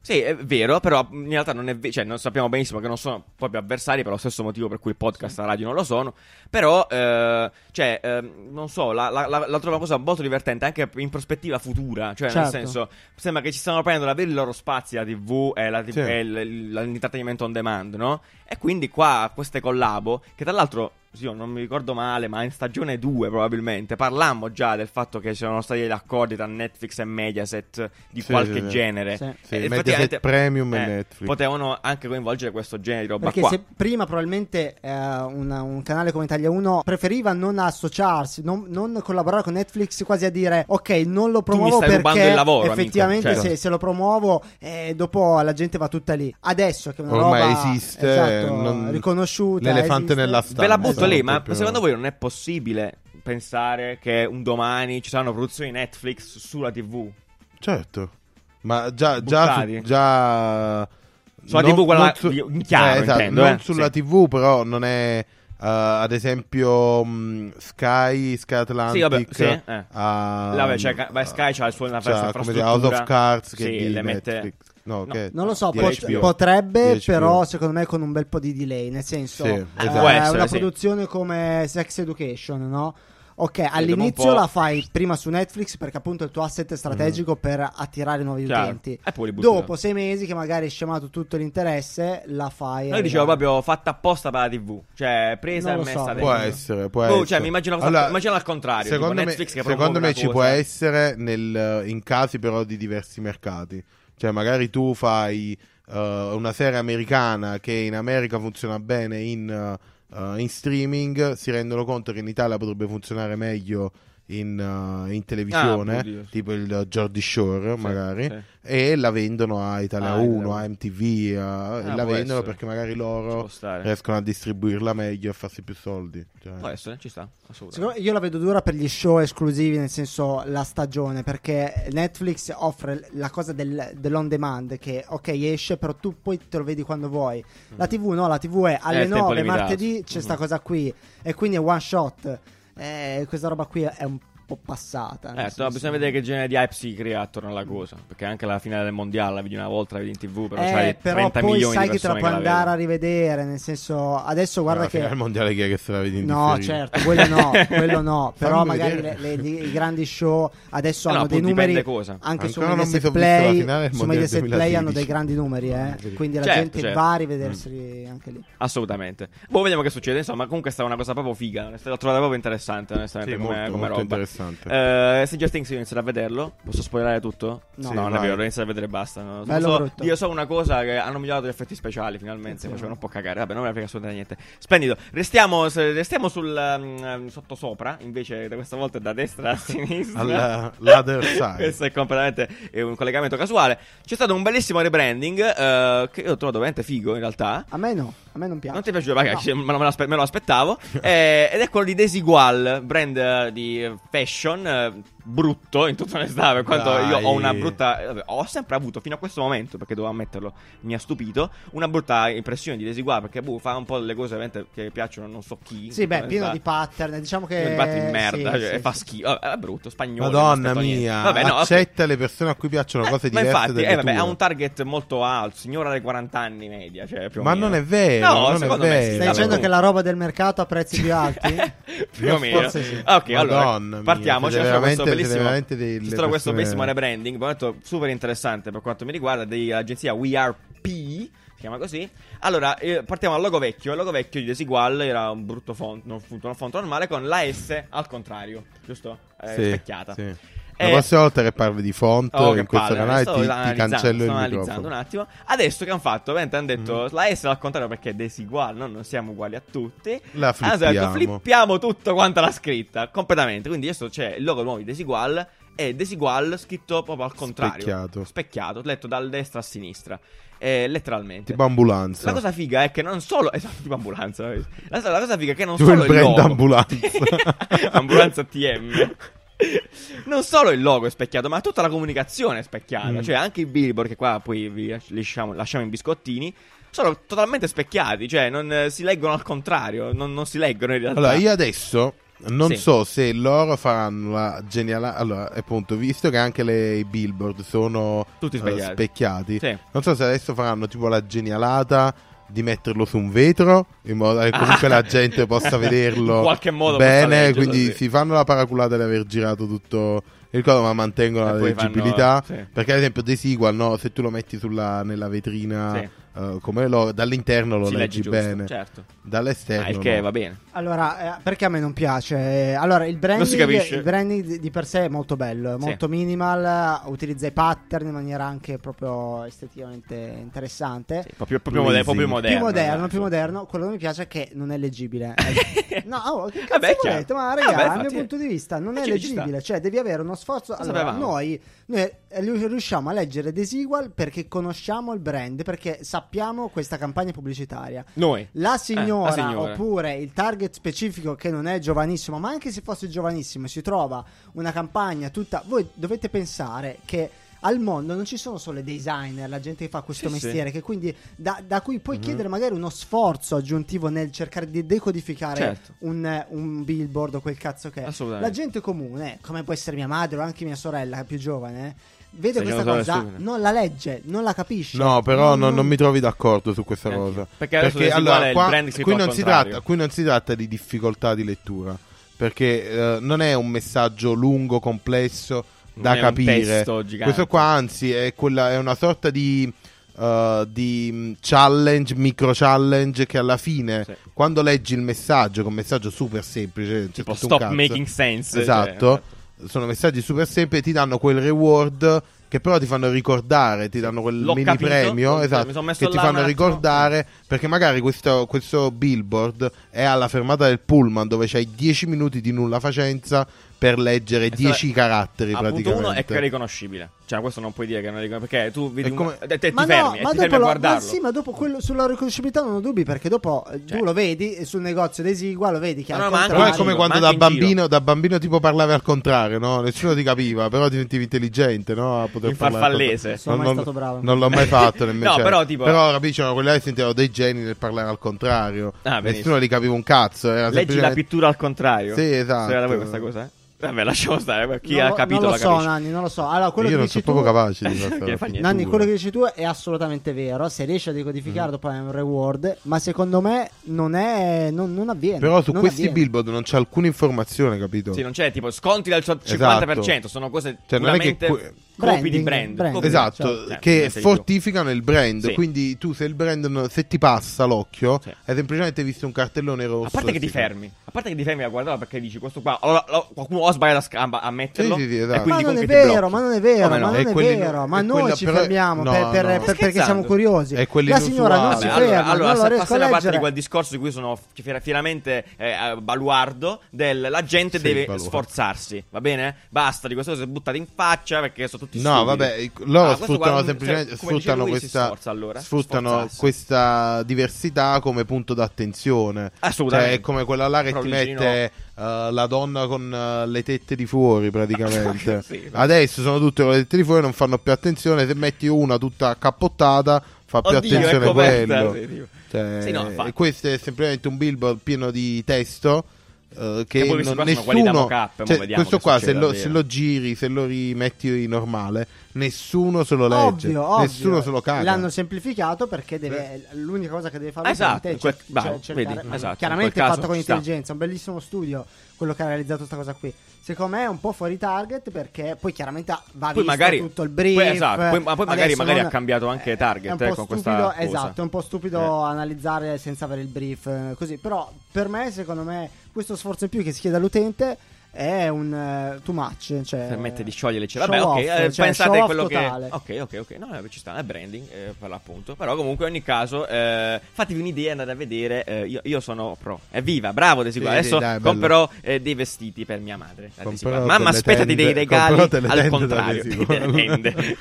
Sì, è vero, però in realtà non è vero, cioè non sappiamo benissimo che non sono proprio avversari per lo stesso motivo per cui il podcast e la radio non lo sono, però, eh, cioè, eh, non so, la, la, la, la trovo una cosa molto divertente anche in prospettiva futura, cioè Certo. nel senso, sembra che ci stanno prendendo davvero i loro spazi, la tivù e, la, Sì. e l- l- l'intrattenimento on demand, no? E quindi qua queste collabo, che tra l'altro... Sì, io non mi ricordo male, ma in stagione due probabilmente parlammo già del fatto che c'erano stati degli accordi tra Netflix e Mediaset di Sì, qualche sì, sì. genere. Sì. Sì, E Mediaset effettivamente, Premium e eh, Netflix. potevano anche coinvolgere questo genere di roba Perché qua. se prima probabilmente eh, una- un canale come Italia uno preferiva non associarsi, non, non collaborare con Netflix, quasi a dire ok, non lo promuovo stai rubando perché il lavoro, effettivamente amico, se, certo. se lo promuovo eh, dopo la gente va tutta lì. Adesso che è una Ormai roba esiste, esatto, non- riconosciuta, l'elefante esiste. nella stanza. Ve la butto Esatto, lì, ma proprio- secondo voi non è possibile pensare che un domani ci saranno produzioni Netflix sulla tivù? Certo. Ma già, già, Buttati. su, già Sulla non- tivù quella non su- in chiaro, eh, esatto, intendo, non eh, sulla sì. tivù, però non è uh, ad esempio mh, Sky, Sky Atlantic. Sì, vabbè, sì, eh. ha- Vabbè, cioè, beh, Sky c'ha il suo- la c'ha, sua come dire, infrastruttura. House of Cards che Sì, è di le mette- Netflix. No, No, che- Non lo so, di pot- H B O. potrebbe, Di H B O. però secondo me con un bel po' di delay, nel senso Sì, eh, esatto. Può essere, una sì. produzione come Sex Education, no? Ok, dopo un all'inizio po'- la fai prima su Netflix perché appunto è il tuo asset strategico per attirare nuovi Chiaro. utenti. E poi li butti Dopo là. sei mesi che magari è scemato tutto l'interesse, la fai. Noi e dicevo la- proprio fatta apposta per la tivù, cioè presa Non e lo so. messa Può dentro. essere, può Oh, essere. cioè, mi immagino, cosa- Allora, immagino al contrario. Secondo tipo me, Netflix che secondo promuove me una ci cosa. può essere nel, in casi però di diversi mercati. Cioè, magari tu fai uh, una serie americana che in America funziona bene in, uh, in streaming, si rendono conto che in Italia potrebbe funzionare meglio in, uh, in televisione, Ah, oddio, sì. tipo il Geordie Shore, Sì, magari. sì. E la vendono a Italia Ah, uno, Italia a M T V, uh, e la può vendono essere. perché magari Ci loro può stare. riescono a distribuirla meglio e farsi più soldi. Cioè, Può essere, ci sta, assolutamente. Secondo me- io la vedo dura per gli show esclusivi, nel senso la stagione, perché Netflix offre la cosa del, dell'on demand che ok esce, però tu poi te lo vedi quando vuoi. La tivù no, la tivù è alle il tempo nove limitato. martedì c'è sta Mhm. cosa qui e quindi è one shot. Eh, questa roba qui è un po' passata. nel Eh, no, senso- bisogna vedere che genere di hype si crea attorno alla cosa. Perché anche la finale del mondiale la vedi una volta, la vedi in tv, però Eh, c'hai però trenta poi milioni sai di che te la persone puoi che andare a vedono. rivedere, nel senso adesso guarda alla che finale mondiale chi è che se la vedi in no, differita? certo, quello no, quello no. Però Fammi magari vedere. le- le- i grandi show adesso Eh no, hanno dei appunto, numeri dipende cosa. anche su Ancora non mi Mediaset sono visto la Play. finale del Su Mondiale Mediaset Play hanno dei duemilasedici. grandi numeri, eh. Vedi. Quindi la Certo, gente certo. va a rivederseli anche lì. Assolutamente. Boh, vediamo che succede. Insomma, comunque è stata una cosa proprio figa. L'ho trovata proprio interessante, onestamente, Sì, come, molto, come molto roba. interessante. Eh, Stranger Things io inizierò a vederlo. Posso spoilerare tutto? No. Sì, non è vai. vero, lo inizio a vedere e basta. No. Bello So- brutto. io so una cosa che hanno migliorato gli effetti speciali finalmente. Sì. Facevano un po' cagare. Vabbè, non me ne frega assolutamente niente. Splendido. Restiamo, se- restiamo sul um, sottosopra. Invece, da questa volta da destra a sinistra. Alla- l'other side. Questo è completamente eh, un collegamento casuale. C'è stato un bellissimo rebranding. eh, che io ho trovato veramente figo in realtà. A me no, a me non piace. Non ti è piaciuto? Magari, No. me, lo, me lo aspe- me lo aspettavo. Eh, ed è quello di Desigual, brand eh, di eh, fashion. eh, brutto, in tutta onestà, per quanto Dai. io ho una brutta. eh, vabbè, ho sempre avuto fino a questo momento, perché dovevo ammetterlo, mi ha stupito. Una brutta impressione di Desigual, perché boh, fa un po' delle cose veramente che piacciono, non so chi. Sì, in beh, tutta pieno onestà. di pattern, diciamo che Pieno di pattern di merda, sì, cioè, sì, fa sì. schifo. Vabbè, è brutto, spagnolo. Madonna non aspetto niente. mia, Vabbè, no, accetta le persone a cui piacciono Eh, cose ma diverse infatti, dalle eh, vabbè, tue. ha un target molto alto, signora dei quaranta anni media, cioè più o Ma meno. non è vero, No, non è secondo me vero. sì, Stai vabbè, dicendo comunque. che la roba del mercato ha prezzi più alti? più o meno. Forse sì. Ah, ok, allora Madonna mia, partiamo. siete C'è stato questo veramente- siete bellissimo, veramente delle c'è stato questo persone- bellissimo rebranding, abbiamo detto super interessante per quanto mi riguarda, dell'agenzia We Are P, si chiama così. Allora, eh, partiamo dal logo vecchio. Il logo vecchio di Desigual era un brutto font, non fu- una font normale con la S al contrario, giusto? Eh, Sì, specchiata. sì. Eh, La prossima volta che parli di font Oh, che in questo palle, canale sto ti, ti analizzando, cancello sto il analizzando microfono. un attimo. Adesso che hanno fatto, ovviamente hanno detto Mm. la S al contrario perché è Desigual, no? Non siamo uguali a tutti. La Hanno detto, flippiamo. flippiamo tutto quanto l'ha scritta completamente. Quindi adesso c'è il logo nuovo di Desigual e Desigual scritto proprio al contrario. Specchiato. Specchiato, letto dal destra a sinistra. Eh, letteralmente. Tipo ambulanza. La cosa figa è che non solo. Esatto, tipo ambulanza. La, la cosa figa è che non Tipo solo il il brand logo. ambulanza. Ambulanza T M. Non solo il logo è specchiato, ma tutta la comunicazione è specchiata. Mm. Cioè, anche i billboard, che qua poi vi lasciamo, lasciamo in biscottini, sono totalmente specchiati. Cioè, non eh, si leggono al contrario. Non, non si leggono in realtà. Allora, io adesso non Sì. so se loro faranno la geniale. Allora, appunto, visto che anche le, i billboard sono Tutti eh, specchiati. specchiati, Sì. non so se adesso faranno tipo la genialata di metterlo su un vetro in modo che comunque Ah. la gente possa vederlo In qualche modo possa bene, leggerlo, quindi sì. si fanno la paraculata di aver girato tutto il coso, ma mantengono E la poi leggibilità, fanno- sì. perché ad esempio Desigual, no, se tu lo metti sulla, nella vetrina Sì. eh, come lo, dall'interno lo Si leggi legge giusto, bene, certo. dall'esterno Ah, il che no. va bene. Allora, eh, perché a me non piace? Eh, Allora, il Non si branding, capisce. il branding di- di per sé è molto bello, è Sì. molto minimal, utilizza i pattern in maniera anche proprio esteticamente interessante. Sì, proprio, proprio, mode- Pleasing. proprio moderno. Più moderno, eh. più moderno. Quello che mi piace è che non è leggibile. Eh, no, oh, che cazzo Vabbè, volete? chiaro. Ma Eh, raga, vabbè, dal mio infatti, punto di vista non eh, è ci- ci sta. leggibile. Cioè, devi avere uno sforzo. Lo Allora, sapevamo. noi, noi eh, riusciamo a leggere Desigual perché conosciamo il brand, perché sappiamo questa campagna pubblicitaria. Noi. La signora, Eh, la signora. oppure il target specifico che non è giovanissimo, ma anche se fosse giovanissimo, si trova una campagna tutta. Voi dovete pensare che al mondo non ci sono solo i designer, la gente che fa questo Sì, mestiere, che quindi da, da cui Mhm. puoi chiedere magari uno sforzo aggiuntivo nel cercare di decodificare Certo. un, un billboard o quel cazzo che è. Assolutamente. La gente comune, come può essere mia madre o anche mia sorella più giovane, vede Sì, questa sono cosa, stupide. non la legge, non la capisce. No, però non, non- non mi trovi d'accordo su questa Neanche cosa. io. Perché adesso Desigual è il brand si qui, fa al non si contrario. tratta, qui non si tratta di difficoltà di lettura, perché eh, non è un messaggio lungo, complesso da Non è un capire. testo gigante. Questo qua, anzi, è, quella, è una sorta di, eh, di mm, challenge, micro challenge, che alla fine, Sì. quando leggi il messaggio, che è un messaggio super semplice, c'è Tipo tutto un stop cazzo. making sense. Esatto, cioè. sono messaggi super semplici, ti danno quel reward che però ti fanno ricordare, ti danno quel L'ho mini capito, premio, mi esatto, sono messo che ti là fanno un attimo. ricordare, perché magari questo, questo billboard è alla fermata del pullman dove c'hai dieci minuti di nulla facenza per leggere dieci caratteri Appunto praticamente. uno è che è riconoscibile. Cioè, questo non puoi dire che non è riconoscibile. Perché tu vedi È un- come- te, te ti Ma fermi, no, e ma ti dopo, fermi a lo- ma guardarlo. sì, ma dopo quello, sulla riconoscibilità non ho dubbi, perché dopo eh, Cioè. tu lo vedi e sul negozio Desigual lo vedi che No, al no, ma anche Però è contrario- come Ma quando anche da in giro. bambino, da bambino tipo parlavi al contrario, no? Nessuno ti capiva, però ti sentivi intelligente, no? A poter In parlare al farfallese. contrario. Sono mai non, stato bravo. non l'ho mai fatto nemmeno. No, cioè, però, tipo- però capisci, no, quelli là sentivano dei geni nel parlare al contrario. Ah, benissimo. Nessuno li capiva un cazzo. Era Leggi la semplicemente- pittura al contrario. Sì, esatto. Se era da voi questa cosa? eh? Vabbè, lasciamo stare. Chi non ha lo- capito non lo la so, capisce. Nanni, non lo so. Allora, quello Io che non sono dici tu, proprio capace di fare Che questa fa niente. Nanni, pittura. quello che dici tu è assolutamente vero. Se riesci a decodificare, dopo è un reward. Ma secondo me non è. Non, non avviene. Però su non questi avviene. billboard non c'è alcuna informazione, capito? Sì, non c'è tipo sconti del cinquanta per cento. Esatto. Sono cose Cioè, non è che puramente que- copi di Branding, brand. brand. Copi- Esatto, cioè, che niente di più. fortificano il brand. Sì. Quindi tu, se il brand non- se ti passa l'occhio, Sì. hai semplicemente visto un cartellone rosso. A parte che e ti si fa. fermi, a parte che ti fermi a guardarlo perché dici questo qua, allora, allora, qualcuno ha sbagliato a, sca- a metterlo. Sì, sì, sì, esatto. E Ma quindi non è comunque ti vero, blocchi. ma non è vero, Come ma no? non E è quelli- vero. Ma e noi quella ci però- fermiamo no, per, per- no. per- perché Scherzando. siamo curiosi. E quelli La signora non inusuali. si Vabbè, ferma, allora, allora non lo se riesco a passare la parte di leggere. quel discorso di cui sono fi- finalmente eh, a baluardo del la gente Sì, deve baluardo. sforzarsi, va bene? Basta di queste cose buttate in faccia perché sono tutti No, stupidi. vabbè, loro Ah, questo sfruttano qua, semplicemente cioè, come dice sfruttano lui, si questa sforza, allora. sfruttano Sforzarsi. questa diversità come punto d'attenzione. Assolutamente. Cioè, è come quella là che ti Proligino. mette uh, la donna con uh, le tette di fuori, praticamente. Sì. Adesso sono tutte con le tette di fuori, non fanno più attenzione. Se metti una tutta accappottata, fa più Oddio, è attenzione coperta, quello. sì, tipo. Cioè, Sì, no, infatti. e questo è semplicemente un billboard pieno di testo. Uh, che Che poi questi non, qua sono quelli da nessuno, mock-up, mo cioè, vediamo questo che qua se succede lo, davvero. se lo giri, se lo rimetti in normale, nessuno se lo legge, Ovvio, ovvio. nessuno se lo caga. L'hanno semplificato perché deve, l'unica cosa che deve fare Esatto, l'utente è in quel- cer- bravo, cioè, cercare- vedi, esatto, chiaramente in quel è caso fatto con ci sta. intelligenza, un bellissimo studio quello che ha realizzato questa cosa qui. Secondo me è un po' fuori target perché poi chiaramente va Poi visto magari- tutto il brief. poi esatto, poi- ma poi magari- Adesso magari non- ha cambiato anche eh, target, è un eh, po' con stupido, questa cosa. esatto, è un po' stupido Eh. analizzare senza avere il brief eh, così, però per me secondo me questo sforzo in più che si chiede all'utente è un eh, too much, cioè Permette di sciogliere. show Vabbè, ok, off, eh, cioè, pensate show a off quello totale. che. Ok, ok, ok. No, eh, ci sta, è branding eh, per l'appunto. Però, comunque, in ogni caso, eh, fatevi un'idea, andate a vedere. eh, io, io sono pro. Evviva, bravo Desigual. Sì, Adesso sì, dai, bello. comprerò eh, dei vestiti per mia madre. la Comprerò Desigual. Mamma, delle aspettati tende- dei regali comprerò delle al tende da contrario. Desigual. Delle tende.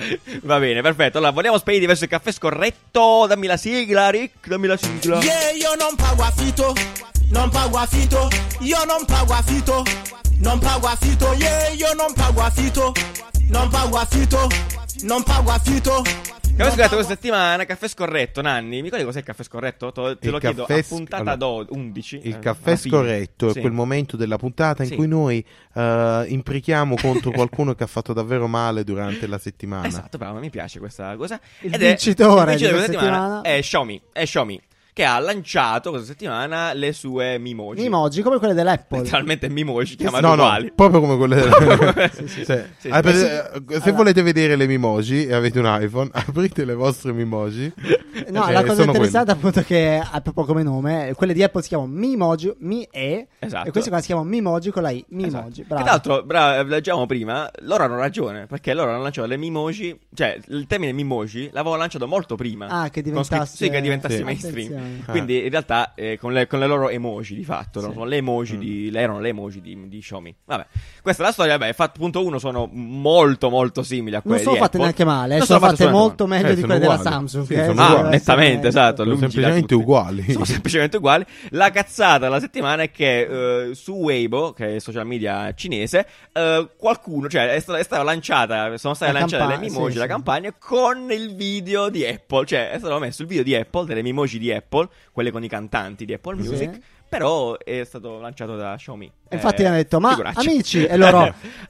Va bene, perfetto. Allora, vogliamo spedire verso il caffè scorretto. Dammi la sigla, Rick. Dammi la sigla. Yeah, io non pago affitto, non pago affitto, io non pago affitto, non pago affitto, yeah, io non pago affitto, non pago affitto, non pago affitto. Che avete scoperto questa settimana? Caffè scorretto, Nanni. Mi ricordi cos'è il caffè scorretto? Te, te Il lo chiedo caffè a sc- puntata allora, do- undici. Il eh, caffè alla fine. scorretto Sì. è quel momento della puntata in Sì. cui noi eh, imprechiamo contro qualcuno che ha fatto davvero male durante la settimana. Esatto, bravo, mi piace questa cosa. Il Ed vincitore è, il vincitore di di questa questa settimana, settimana è Xiaomi, è Xiaomi, che ha lanciato questa settimana le sue Mimoji. Mimoji, come quelle dell'Apple. Letteralmente Mimoji, chiamate No, no, uguali. proprio come quelle delle... Sì, sì, Sì. sì. Ah, per- Sì. eh, Se Allora- volete vedere le Mimoji e avete un iPhone, aprite le vostre Mimoji. No, Eh, la cosa sono interessante appunto è che ha proprio come nome, quelle di Apple si chiamano Mimoji, Mi E, Esatto. e queste qua si chiamano Mimoji con la I, Mimoji, Esatto. Che bravo. tra l'altro, bravo, leggiamo prima, loro hanno ragione, perché loro hanno lanciato le Mimoji, cioè il termine Mimoji l'avevano lanciato molto prima. Ah, che Con diventasse- scritto- sì, che diventasse Sì. mainstream. Attenzione. Quindi in realtà eh, con, le, con le loro emoji di fatto, no? Sì. Sono le emoji di, le erano le emoji di, di Xiaomi. Vabbè, questa è la storia, vabbè, fat, punto uno sono molto molto simili a quelle Non sono di fatte Apple. neanche male, eh, Non sono fatte assolutamente molto male. meglio Eh, di sono quelle della uguali. Samsung. Sì, eh, sono deve Ah, uguali. essere- nettamente, esatto. Sono lungi da semplicemente tutti. uguali. Sono semplicemente uguali. La cazzata della settimana è che eh, su Weibo, che è il social media cinese, eh, qualcuno, cioè è stata, è stata lanciata, sono state La lanciate campa- le Mimoji, sì, la sì. campagna con il video di Apple, cioè è stato messo il video di Apple, delle Mimoji di Apple, quelle con i cantanti di Apple Sì. Music, però è stato lanciato da Xiaomi. E infatti Eh, hanno detto, ma figuraccia. amici, e loro...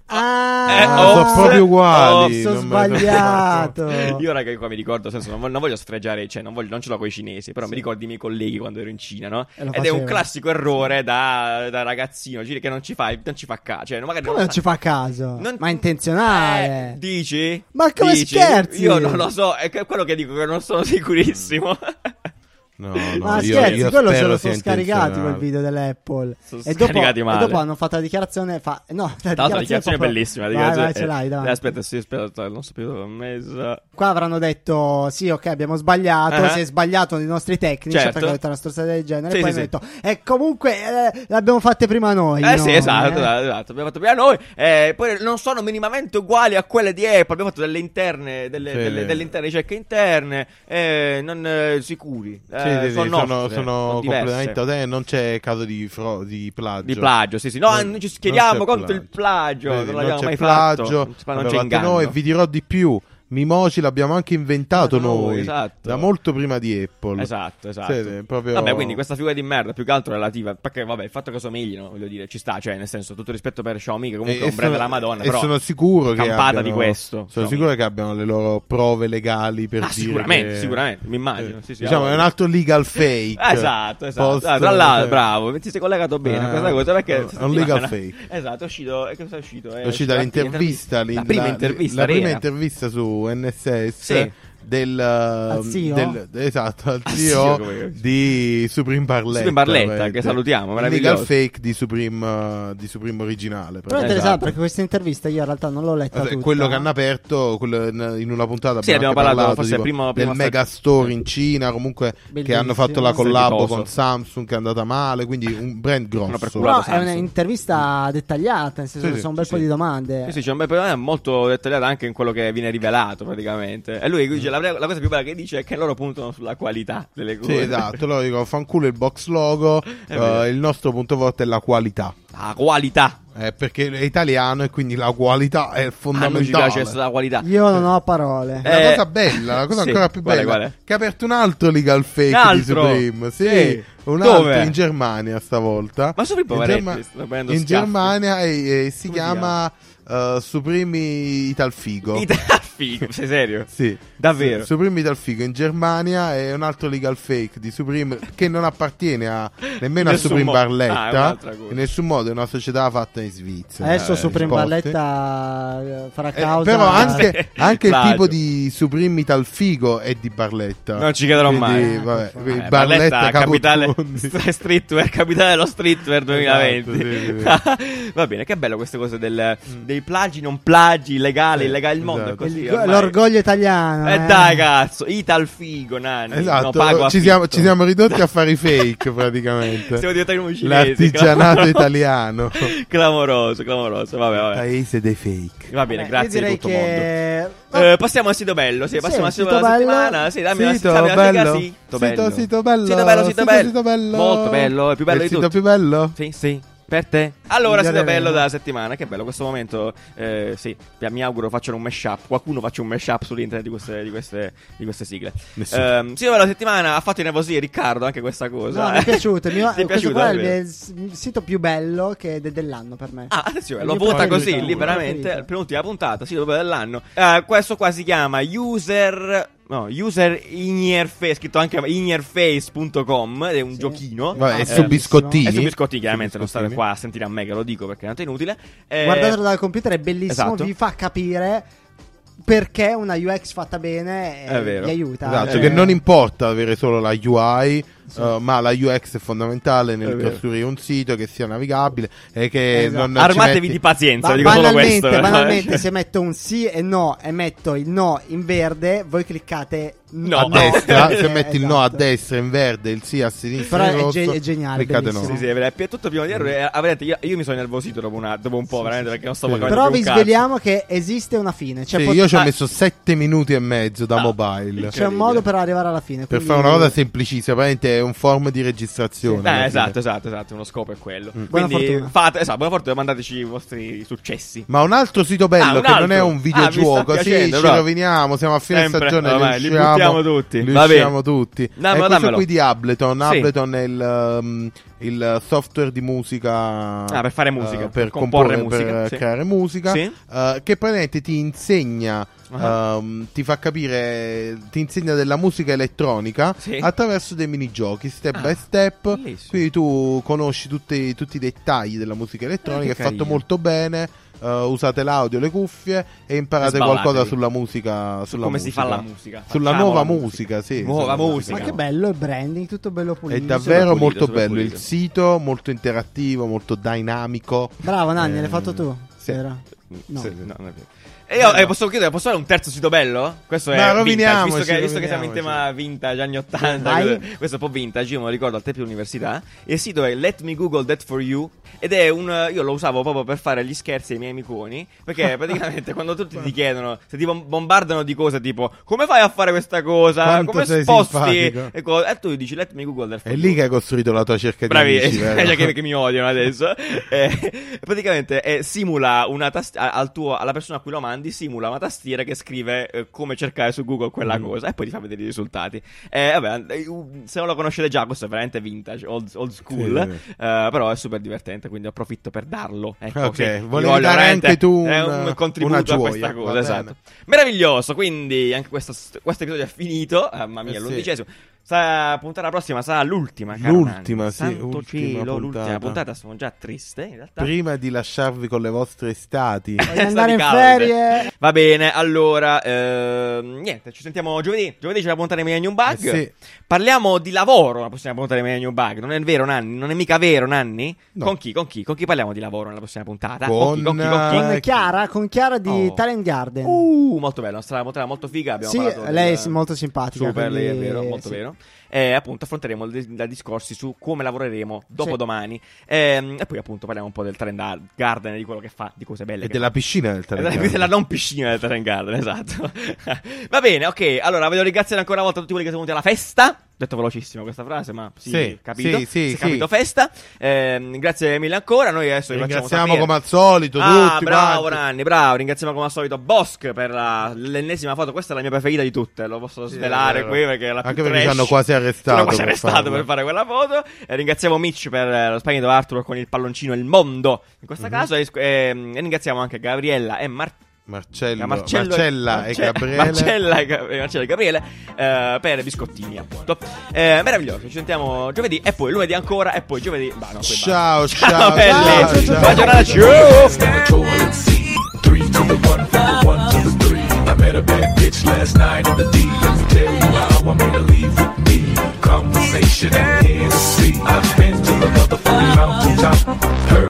Ah, Eh, Ah, ops, sono proprio uguali. ops, sono non me ne sono sbagliato. Io ora che qua mi ricordo, nel senso, non voglio, non voglio sfregiare, cioè non, voglio, non ce l'ho con i cinesi, però mi ricordo i miei colleghi quando ero in Cina, no? E lo Ed è un faceva. classico errore da, da ragazzino, cioè, che non ci fa, non ci fa caso, cioè magari Come non sa- ci fa caso? non- Ma è intenzionale. Eh, dici? Ma come Dici? scherzi? Io non lo so, è que- quello che dico che non sono sicurissimo. No, no, Ma io- scherzi, io quello se spero lo sia sono scaricati quel intenzionale. video dell'Apple. Sono E dopo, scaricati e male. dopo hanno fatto la dichiarazione. Fa... No, la Tra l'altro la dichiarazione dichiarazione è proprio- bellissima. la Vai, dichiarazione vai, ce è- l'hai davanti. Eh, aspetta, sì, aspetta, non so più dove l'ho messa. Qua avranno detto sì, ok, abbiamo sbagliato. Ah. Si è sbagliato i nostri tecnici. Certo. Perché hanno detto una storia del genere. Sì, e poi sì, hanno sì. detto, e comunque eh, l'abbiamo fatte prima noi. Eh no? sì, esatto, Eh. esatto, esatto. Abbiamo fatto prima noi. Eh, poi non sono minimamente uguali a quelle di Apple. Abbiamo fatto delle interne, delle, Sì, delle, sì. delle interne ricerche interne. Eh, non eh, sicuri. Eh, Sì, sì, sì, sono, sono, nostre, sono sono diverse. completamente a te, non c'è caso di, fro- di plagio. Di plagio, sì, sì. No, Non- noi ci non schieriamo c'è contro il plagio. Vedi, non non l'abbiamo c'è mai plagio, fatto. Non, si fa- non l'abbiamo c'è fatto inganno. noi e vi dirò di più. Mimoji l'abbiamo anche inventato Noi, noi, esatto. da molto prima di Apple. Esatto, esatto. Sì, sì, proprio- Vabbè, quindi questa figura di merda più che altro relativa. Perché, vabbè, il fatto che somiglino, voglio dire, ci sta. Cioè, nel senso, tutto rispetto per Xiaomi, che comunque E- è e un brand sono- della Madonna. e Però sono sicuro che campata abbiano, di questo. Sono Xiaomi. sicuro che abbiano le loro prove legali per Ah, dire sicuramente, che- sicuramente, mi immagino. Eh, Sì, sì, diciamo, allora. è un altro legal fake. Eh, Esatto, esatto. Post- Ah, tra l'altro, eh, bravo, ti sei collegato bene a Eh, questa cosa perché è questa un legal settimana- fake. Esatto, è uscito, e cosa è uscito? È uscita la l'intervista, la prima la- intervista, la prima vera. intervista su N S S Sì. del, Al zio? del- esatto, al Al zio zio, come- di Supreme Barletta. Supreme Barletta, veramente. che salutiamo, Il meraviglioso. legal fake di Supreme, uh, di Supreme originale. Però è Esatto. interessante perché questa intervista io in realtà non l'ho letta Vabbè, tutta. quello che hanno aperto quello in in una puntata Sì, abbiamo, abbiamo anche parlato, parlato forse tipo, prima- prima del sta- mega store in Cina, comunque che Bellissimo. hanno fatto la collab Strepitoso. con Samsung che è andata male, quindi un brand Hanno grosso. perculato Però è Samsung. un'intervista dettagliata, nel senso Sì, che sì, sono un bel sì, po' sì. di domande. Sì, sì, c'è un bel problema molto dettagliato anche in quello che viene rivelato praticamente. E lui dice, la, la cosa più bella che dice è che loro puntano sulla qualità delle Sì, cose. esatto, loro dicono fanculo il box logo, vero. eh, il nostro punto forte è la qualità. La qualità. Eh, perché è italiano e quindi la qualità è A noi ci fondamentale. piace essere la qualità. Io non ho parole. La Eh, cosa bella, la cosa sì, ancora più quale, bella, quale? che ha aperto un altro legal fake Un altro? di Supreme. Sì, Sì. un Dove? altro in Germania stavolta. Ma Supreme, in, poveretti, Germa- stanno prendendo in schiaffi. Germania e, e si Come si chiama uh, Supreme Italfigo. Figo, sei serio? Sì, Davvero? Su- Supreme Italfigo in Germania è un altro legal fake di Supreme che non appartiene a nemmeno a Nessun Supreme modo. Ah, è Barletta. un'altra cosa. In nessun modo è una società fatta in Svizzera. Adesso eh, Supreme sport. Barletta eh, farà Eh, causa. però anche, anche il Plagio. tipo di Supreme Italfigo è di Barletta. Non ci crederò Quindi, mai. vabbè, Eh, quindi Eh, Barletta, capitale Capotondi. st- streetwear, capitale dello streetwear duemilaventi. Esatto, sì, Va bene, che bello queste cose del, dei plagi, non plagi, legali, Sì, illegale, il mondo esatto. è così. Il- ormai. l'orgoglio italiano. Eh, eh. dai cazzo, Italfigo, Nanni. Esatto, No, pago ci, siamo, affitto. ci siamo ridotti a fare i fake praticamente. Siamo diventati come cinesi. L'artigianato clamoroso. italiano. Clamoroso, clamoroso. Vabbè, vabbè. Paese dei fake. Va bene, Vabbè, grazie io direi di tutto mondo. che... Eh, passiamo al sito bello, sì, passiamo al Sì, sito sito della bello. settimana. Sì, dammi Sito una, dammi una bello. sigla, sito Sito- bello. sito bello. Sito bello, sito Sito- bello. sito bello. Molto bello, è più bello È il di sito tutti. più bello? Sì, sì. Per te? Allora, sito Miglioreremo. bello della settimana. Che bello questo momento. Eh, sì, mi auguro facciano un mashup. Qualcuno faccia un mashup sull'internet di queste, di queste, di queste sigle. Nessuno. Ehm, sito bello della settimana ha fatto innervosire Riccardo anche questa cosa. No, mi è piaciuto. Mi- Ti è questo piaciuto? qua è il davvero? mio- il sito più bello che de- dell'anno per me. Ah, attenzione, Il lo mio vota preferito, così, il mio liberamente. preferito. Penultima puntata, sito bello dell'anno. Eh, questo qua si chiama User. No, user in-ear-face, scritto anche in-earface punto com, è un Sì. giochino. Vabbè, è Eh, su biscottini. È su biscotti, chiaramente, Su non state biscottini. qua a sentire a me che lo dico perché è tanto inutile. Eh, Guardatelo dal computer, è bellissimo. esatto. Vi fa capire perché una U X fatta bene eh, È vero. vi aiuta. Esatto, Eh. che non importa avere solo la U I, Sì. uh, ma la U X è fondamentale È nel vero. costruire un sito che sia navigabile e che Esatto. non ci Armatevi metti- di pazienza, Ba- lo dico solo banalmente, questo. banalmente se metto un sì e no e metto il no in verde, voi cliccate No. a No. destra, Eh, se metti il no a esatto. destra in verde, il sì a sinistra Però in è rosso, ge- è geniale, cliccate no. bellissimo. Sì, sì, è vero, è tutto prima di errore. Eh, veramente, io, io mi sono nervosito dopo, una, dopo un po', veramente, perché non stavo Sì. capendo Però più vi un cazzo. sveliamo che esiste una fine. Cioè, Sì, pot- io ci ho Ah. messo sette minuti e mezzo da Ah. mobile c'è un modo per arrivare alla fine. per quindi- fare una cosa semplicissima, praticamente è un form di registrazione. Eh, alla fine. esatto, esatto, esatto, uno scopo è quello. Buona Quindi fortuna. fate, esatto, buona fortuna, mandateci i vostri successi. Ma un altro sito bello Ah, un che non è altro? un Ah, videogioco, mi sta sì, piacendo, ci bravo. roviniamo, siamo a fine Sempre. stagione, Vabbè, li riusciamo, buttiamo tutti. li Va usciamo bene. tutti. Dammelo, è questo dammelo. qui di Ableton. Sì. Ableton è il, um, il software di musica Ah, per fare musica, uh, per per comporre comporre, musica, per sì. creare musica, Sì. uh, che praticamente ti insegna Ah. um, ti fa capire, ti insegna della musica elettronica Sì. attraverso dei minigiochi step Ah, by step. bellissimo. Quindi tu conosci tutti, tutti i dettagli della musica elettronica. Eh, È che fatto carino. molto bene. uh, usate l'audio, le cuffie e imparate Sballatevi. qualcosa sulla musica. Sulla come si musica. fa la musica. Sulla Facciamo nuova la musica, sì. Nuova sulla musica. Ma che bello il branding, tutto bello pulito. È davvero Super pulito, molto super bello. pulito. Il sito molto interattivo, molto dinamico. Bravo Nanni, Eh, l'hai fatto tu? sì. Vero? No. Sì, no, non è vero. E io eh, posso chiedere, posso fare un terzo sito bello? Questo Ma è vintage, roviniamoci, visto che, visto che siamo in roviniamoci. tema vintage anni ottanta, Vai. questo, questo è un po' vintage, io me lo ricordo al tempo dell'università. Il sito è Let Me Google That For You ed è un, io lo usavo proprio per fare gli scherzi ai miei amiconi, perché praticamente quando tutti ti chiedono, se ti bom- bombardano di cose tipo come fai a fare questa cosa, Quanto come sei sposti simpatico. e, co- e tu dici Let Me Google That For È You. lì che hai costruito la tua cerca di Bravi, amici, vero? cioè che, che mi odiano adesso. Eh, praticamente eh, simula una tastiera al tuo, alla persona a cui lo mandi, simula una tastiera che scrive eh, come cercare su Google quella Mm. cosa e poi ti fa vedere i risultati. Eh, vabbè, eh, se non lo conoscete già, questo è veramente vintage, old, old school. Sì. eh, però è super divertente, quindi approfitto per darlo. Ecco, Ok, sì. Mi volevi voglio dare veramente- anche tu è un- un contributo una a gioia, questa va cosa, bene. esatto. Meraviglioso, quindi anche questo, questo episodio è finito. eh, mamma mia, Eh sì. l'undicesimo. Sa, puntata prossima sarà l'ultima. caro L'ultima, Nanni. sì, Santo ultima cielo, puntata. l'ultima puntata. Sono già triste, in realtà. Prima di lasciarvi con le vostre estati. Voglio andare in Calde. ferie. Va bene, allora, ehm, niente, ci sentiamo giovedì. Giovedì c'è la puntata di Millennium Bug. Eh sì. Parliamo di lavoro la prossima puntata di Millennium Bug. Non è vero, Nanni? Non è mica vero, Nanni? No. Con chi? Con chi? Con chi parliamo di lavoro nella prossima puntata? Con, chi? Con chi? Con chi? eh, Con Chiara, con Chiara di Oh. Talent Garden. Uh, molto bello, sarà una puntata molto figa. Abbiamo Sì, parlato lei del- è molto simpatica. Super, lei è quindi- vero, molto sì. vero. E appunto affronteremo il- da discorsi su come lavoreremo dopo Sì. domani. Ehm, E, poi appunto parliamo un po' del Talent Garden, di quello che fa, di cose belle. E che della fa. piscina del E della, telefono. della non piscina del Talent Garden, esatto. Va bene, ok. Allora, voglio ringraziare ancora una volta tutti quelli che sono venuti alla festa. Detto velocissimo questa frase, ma sì, Sì, capito. sì, sì, Si è sì. capito festa. Ehm, grazie mille ancora. Noi adesso vi facciamo Ringraziamo sapere. come al solito Ah, tutti bravo quanti. Nanni, bravo. Ringraziamo come al solito Bosch per la- l'ennesima foto. Questa è la mia preferita di tutte. Lo posso Sì, svelare è vero. qui perché è la più Anche perché trash. ci hanno quasi arrestato Ci hanno quasi per arrestato farlo. per fare quella foto. E ringraziamo Mitch per eh, lo spaghetto Arthur con il palloncino e il mondo. In questo Mhm. caso. E, e ringraziamo anche Gabriella e Martina. Marcello, Marcello- Marcella Marce- e Gabriele. Marcella e, Ga- e Marcella e Gabriele eh, per biscottini, appunto. Eh, meraviglioso, ci sentiamo giovedì e poi lunedì ancora e poi giovedì. Bah, no, poi basta. Ciao, Ciao, ciao, belli. ciao, ciao. Buona giornata, ciao. Down the toilet seat. Three to the one, from the one to the three. I met a bad bitch last night in the D. Let me tell you how I made her leave with me. Conversation and Hennessy. I've been to the motherfucking mountaintop. Heard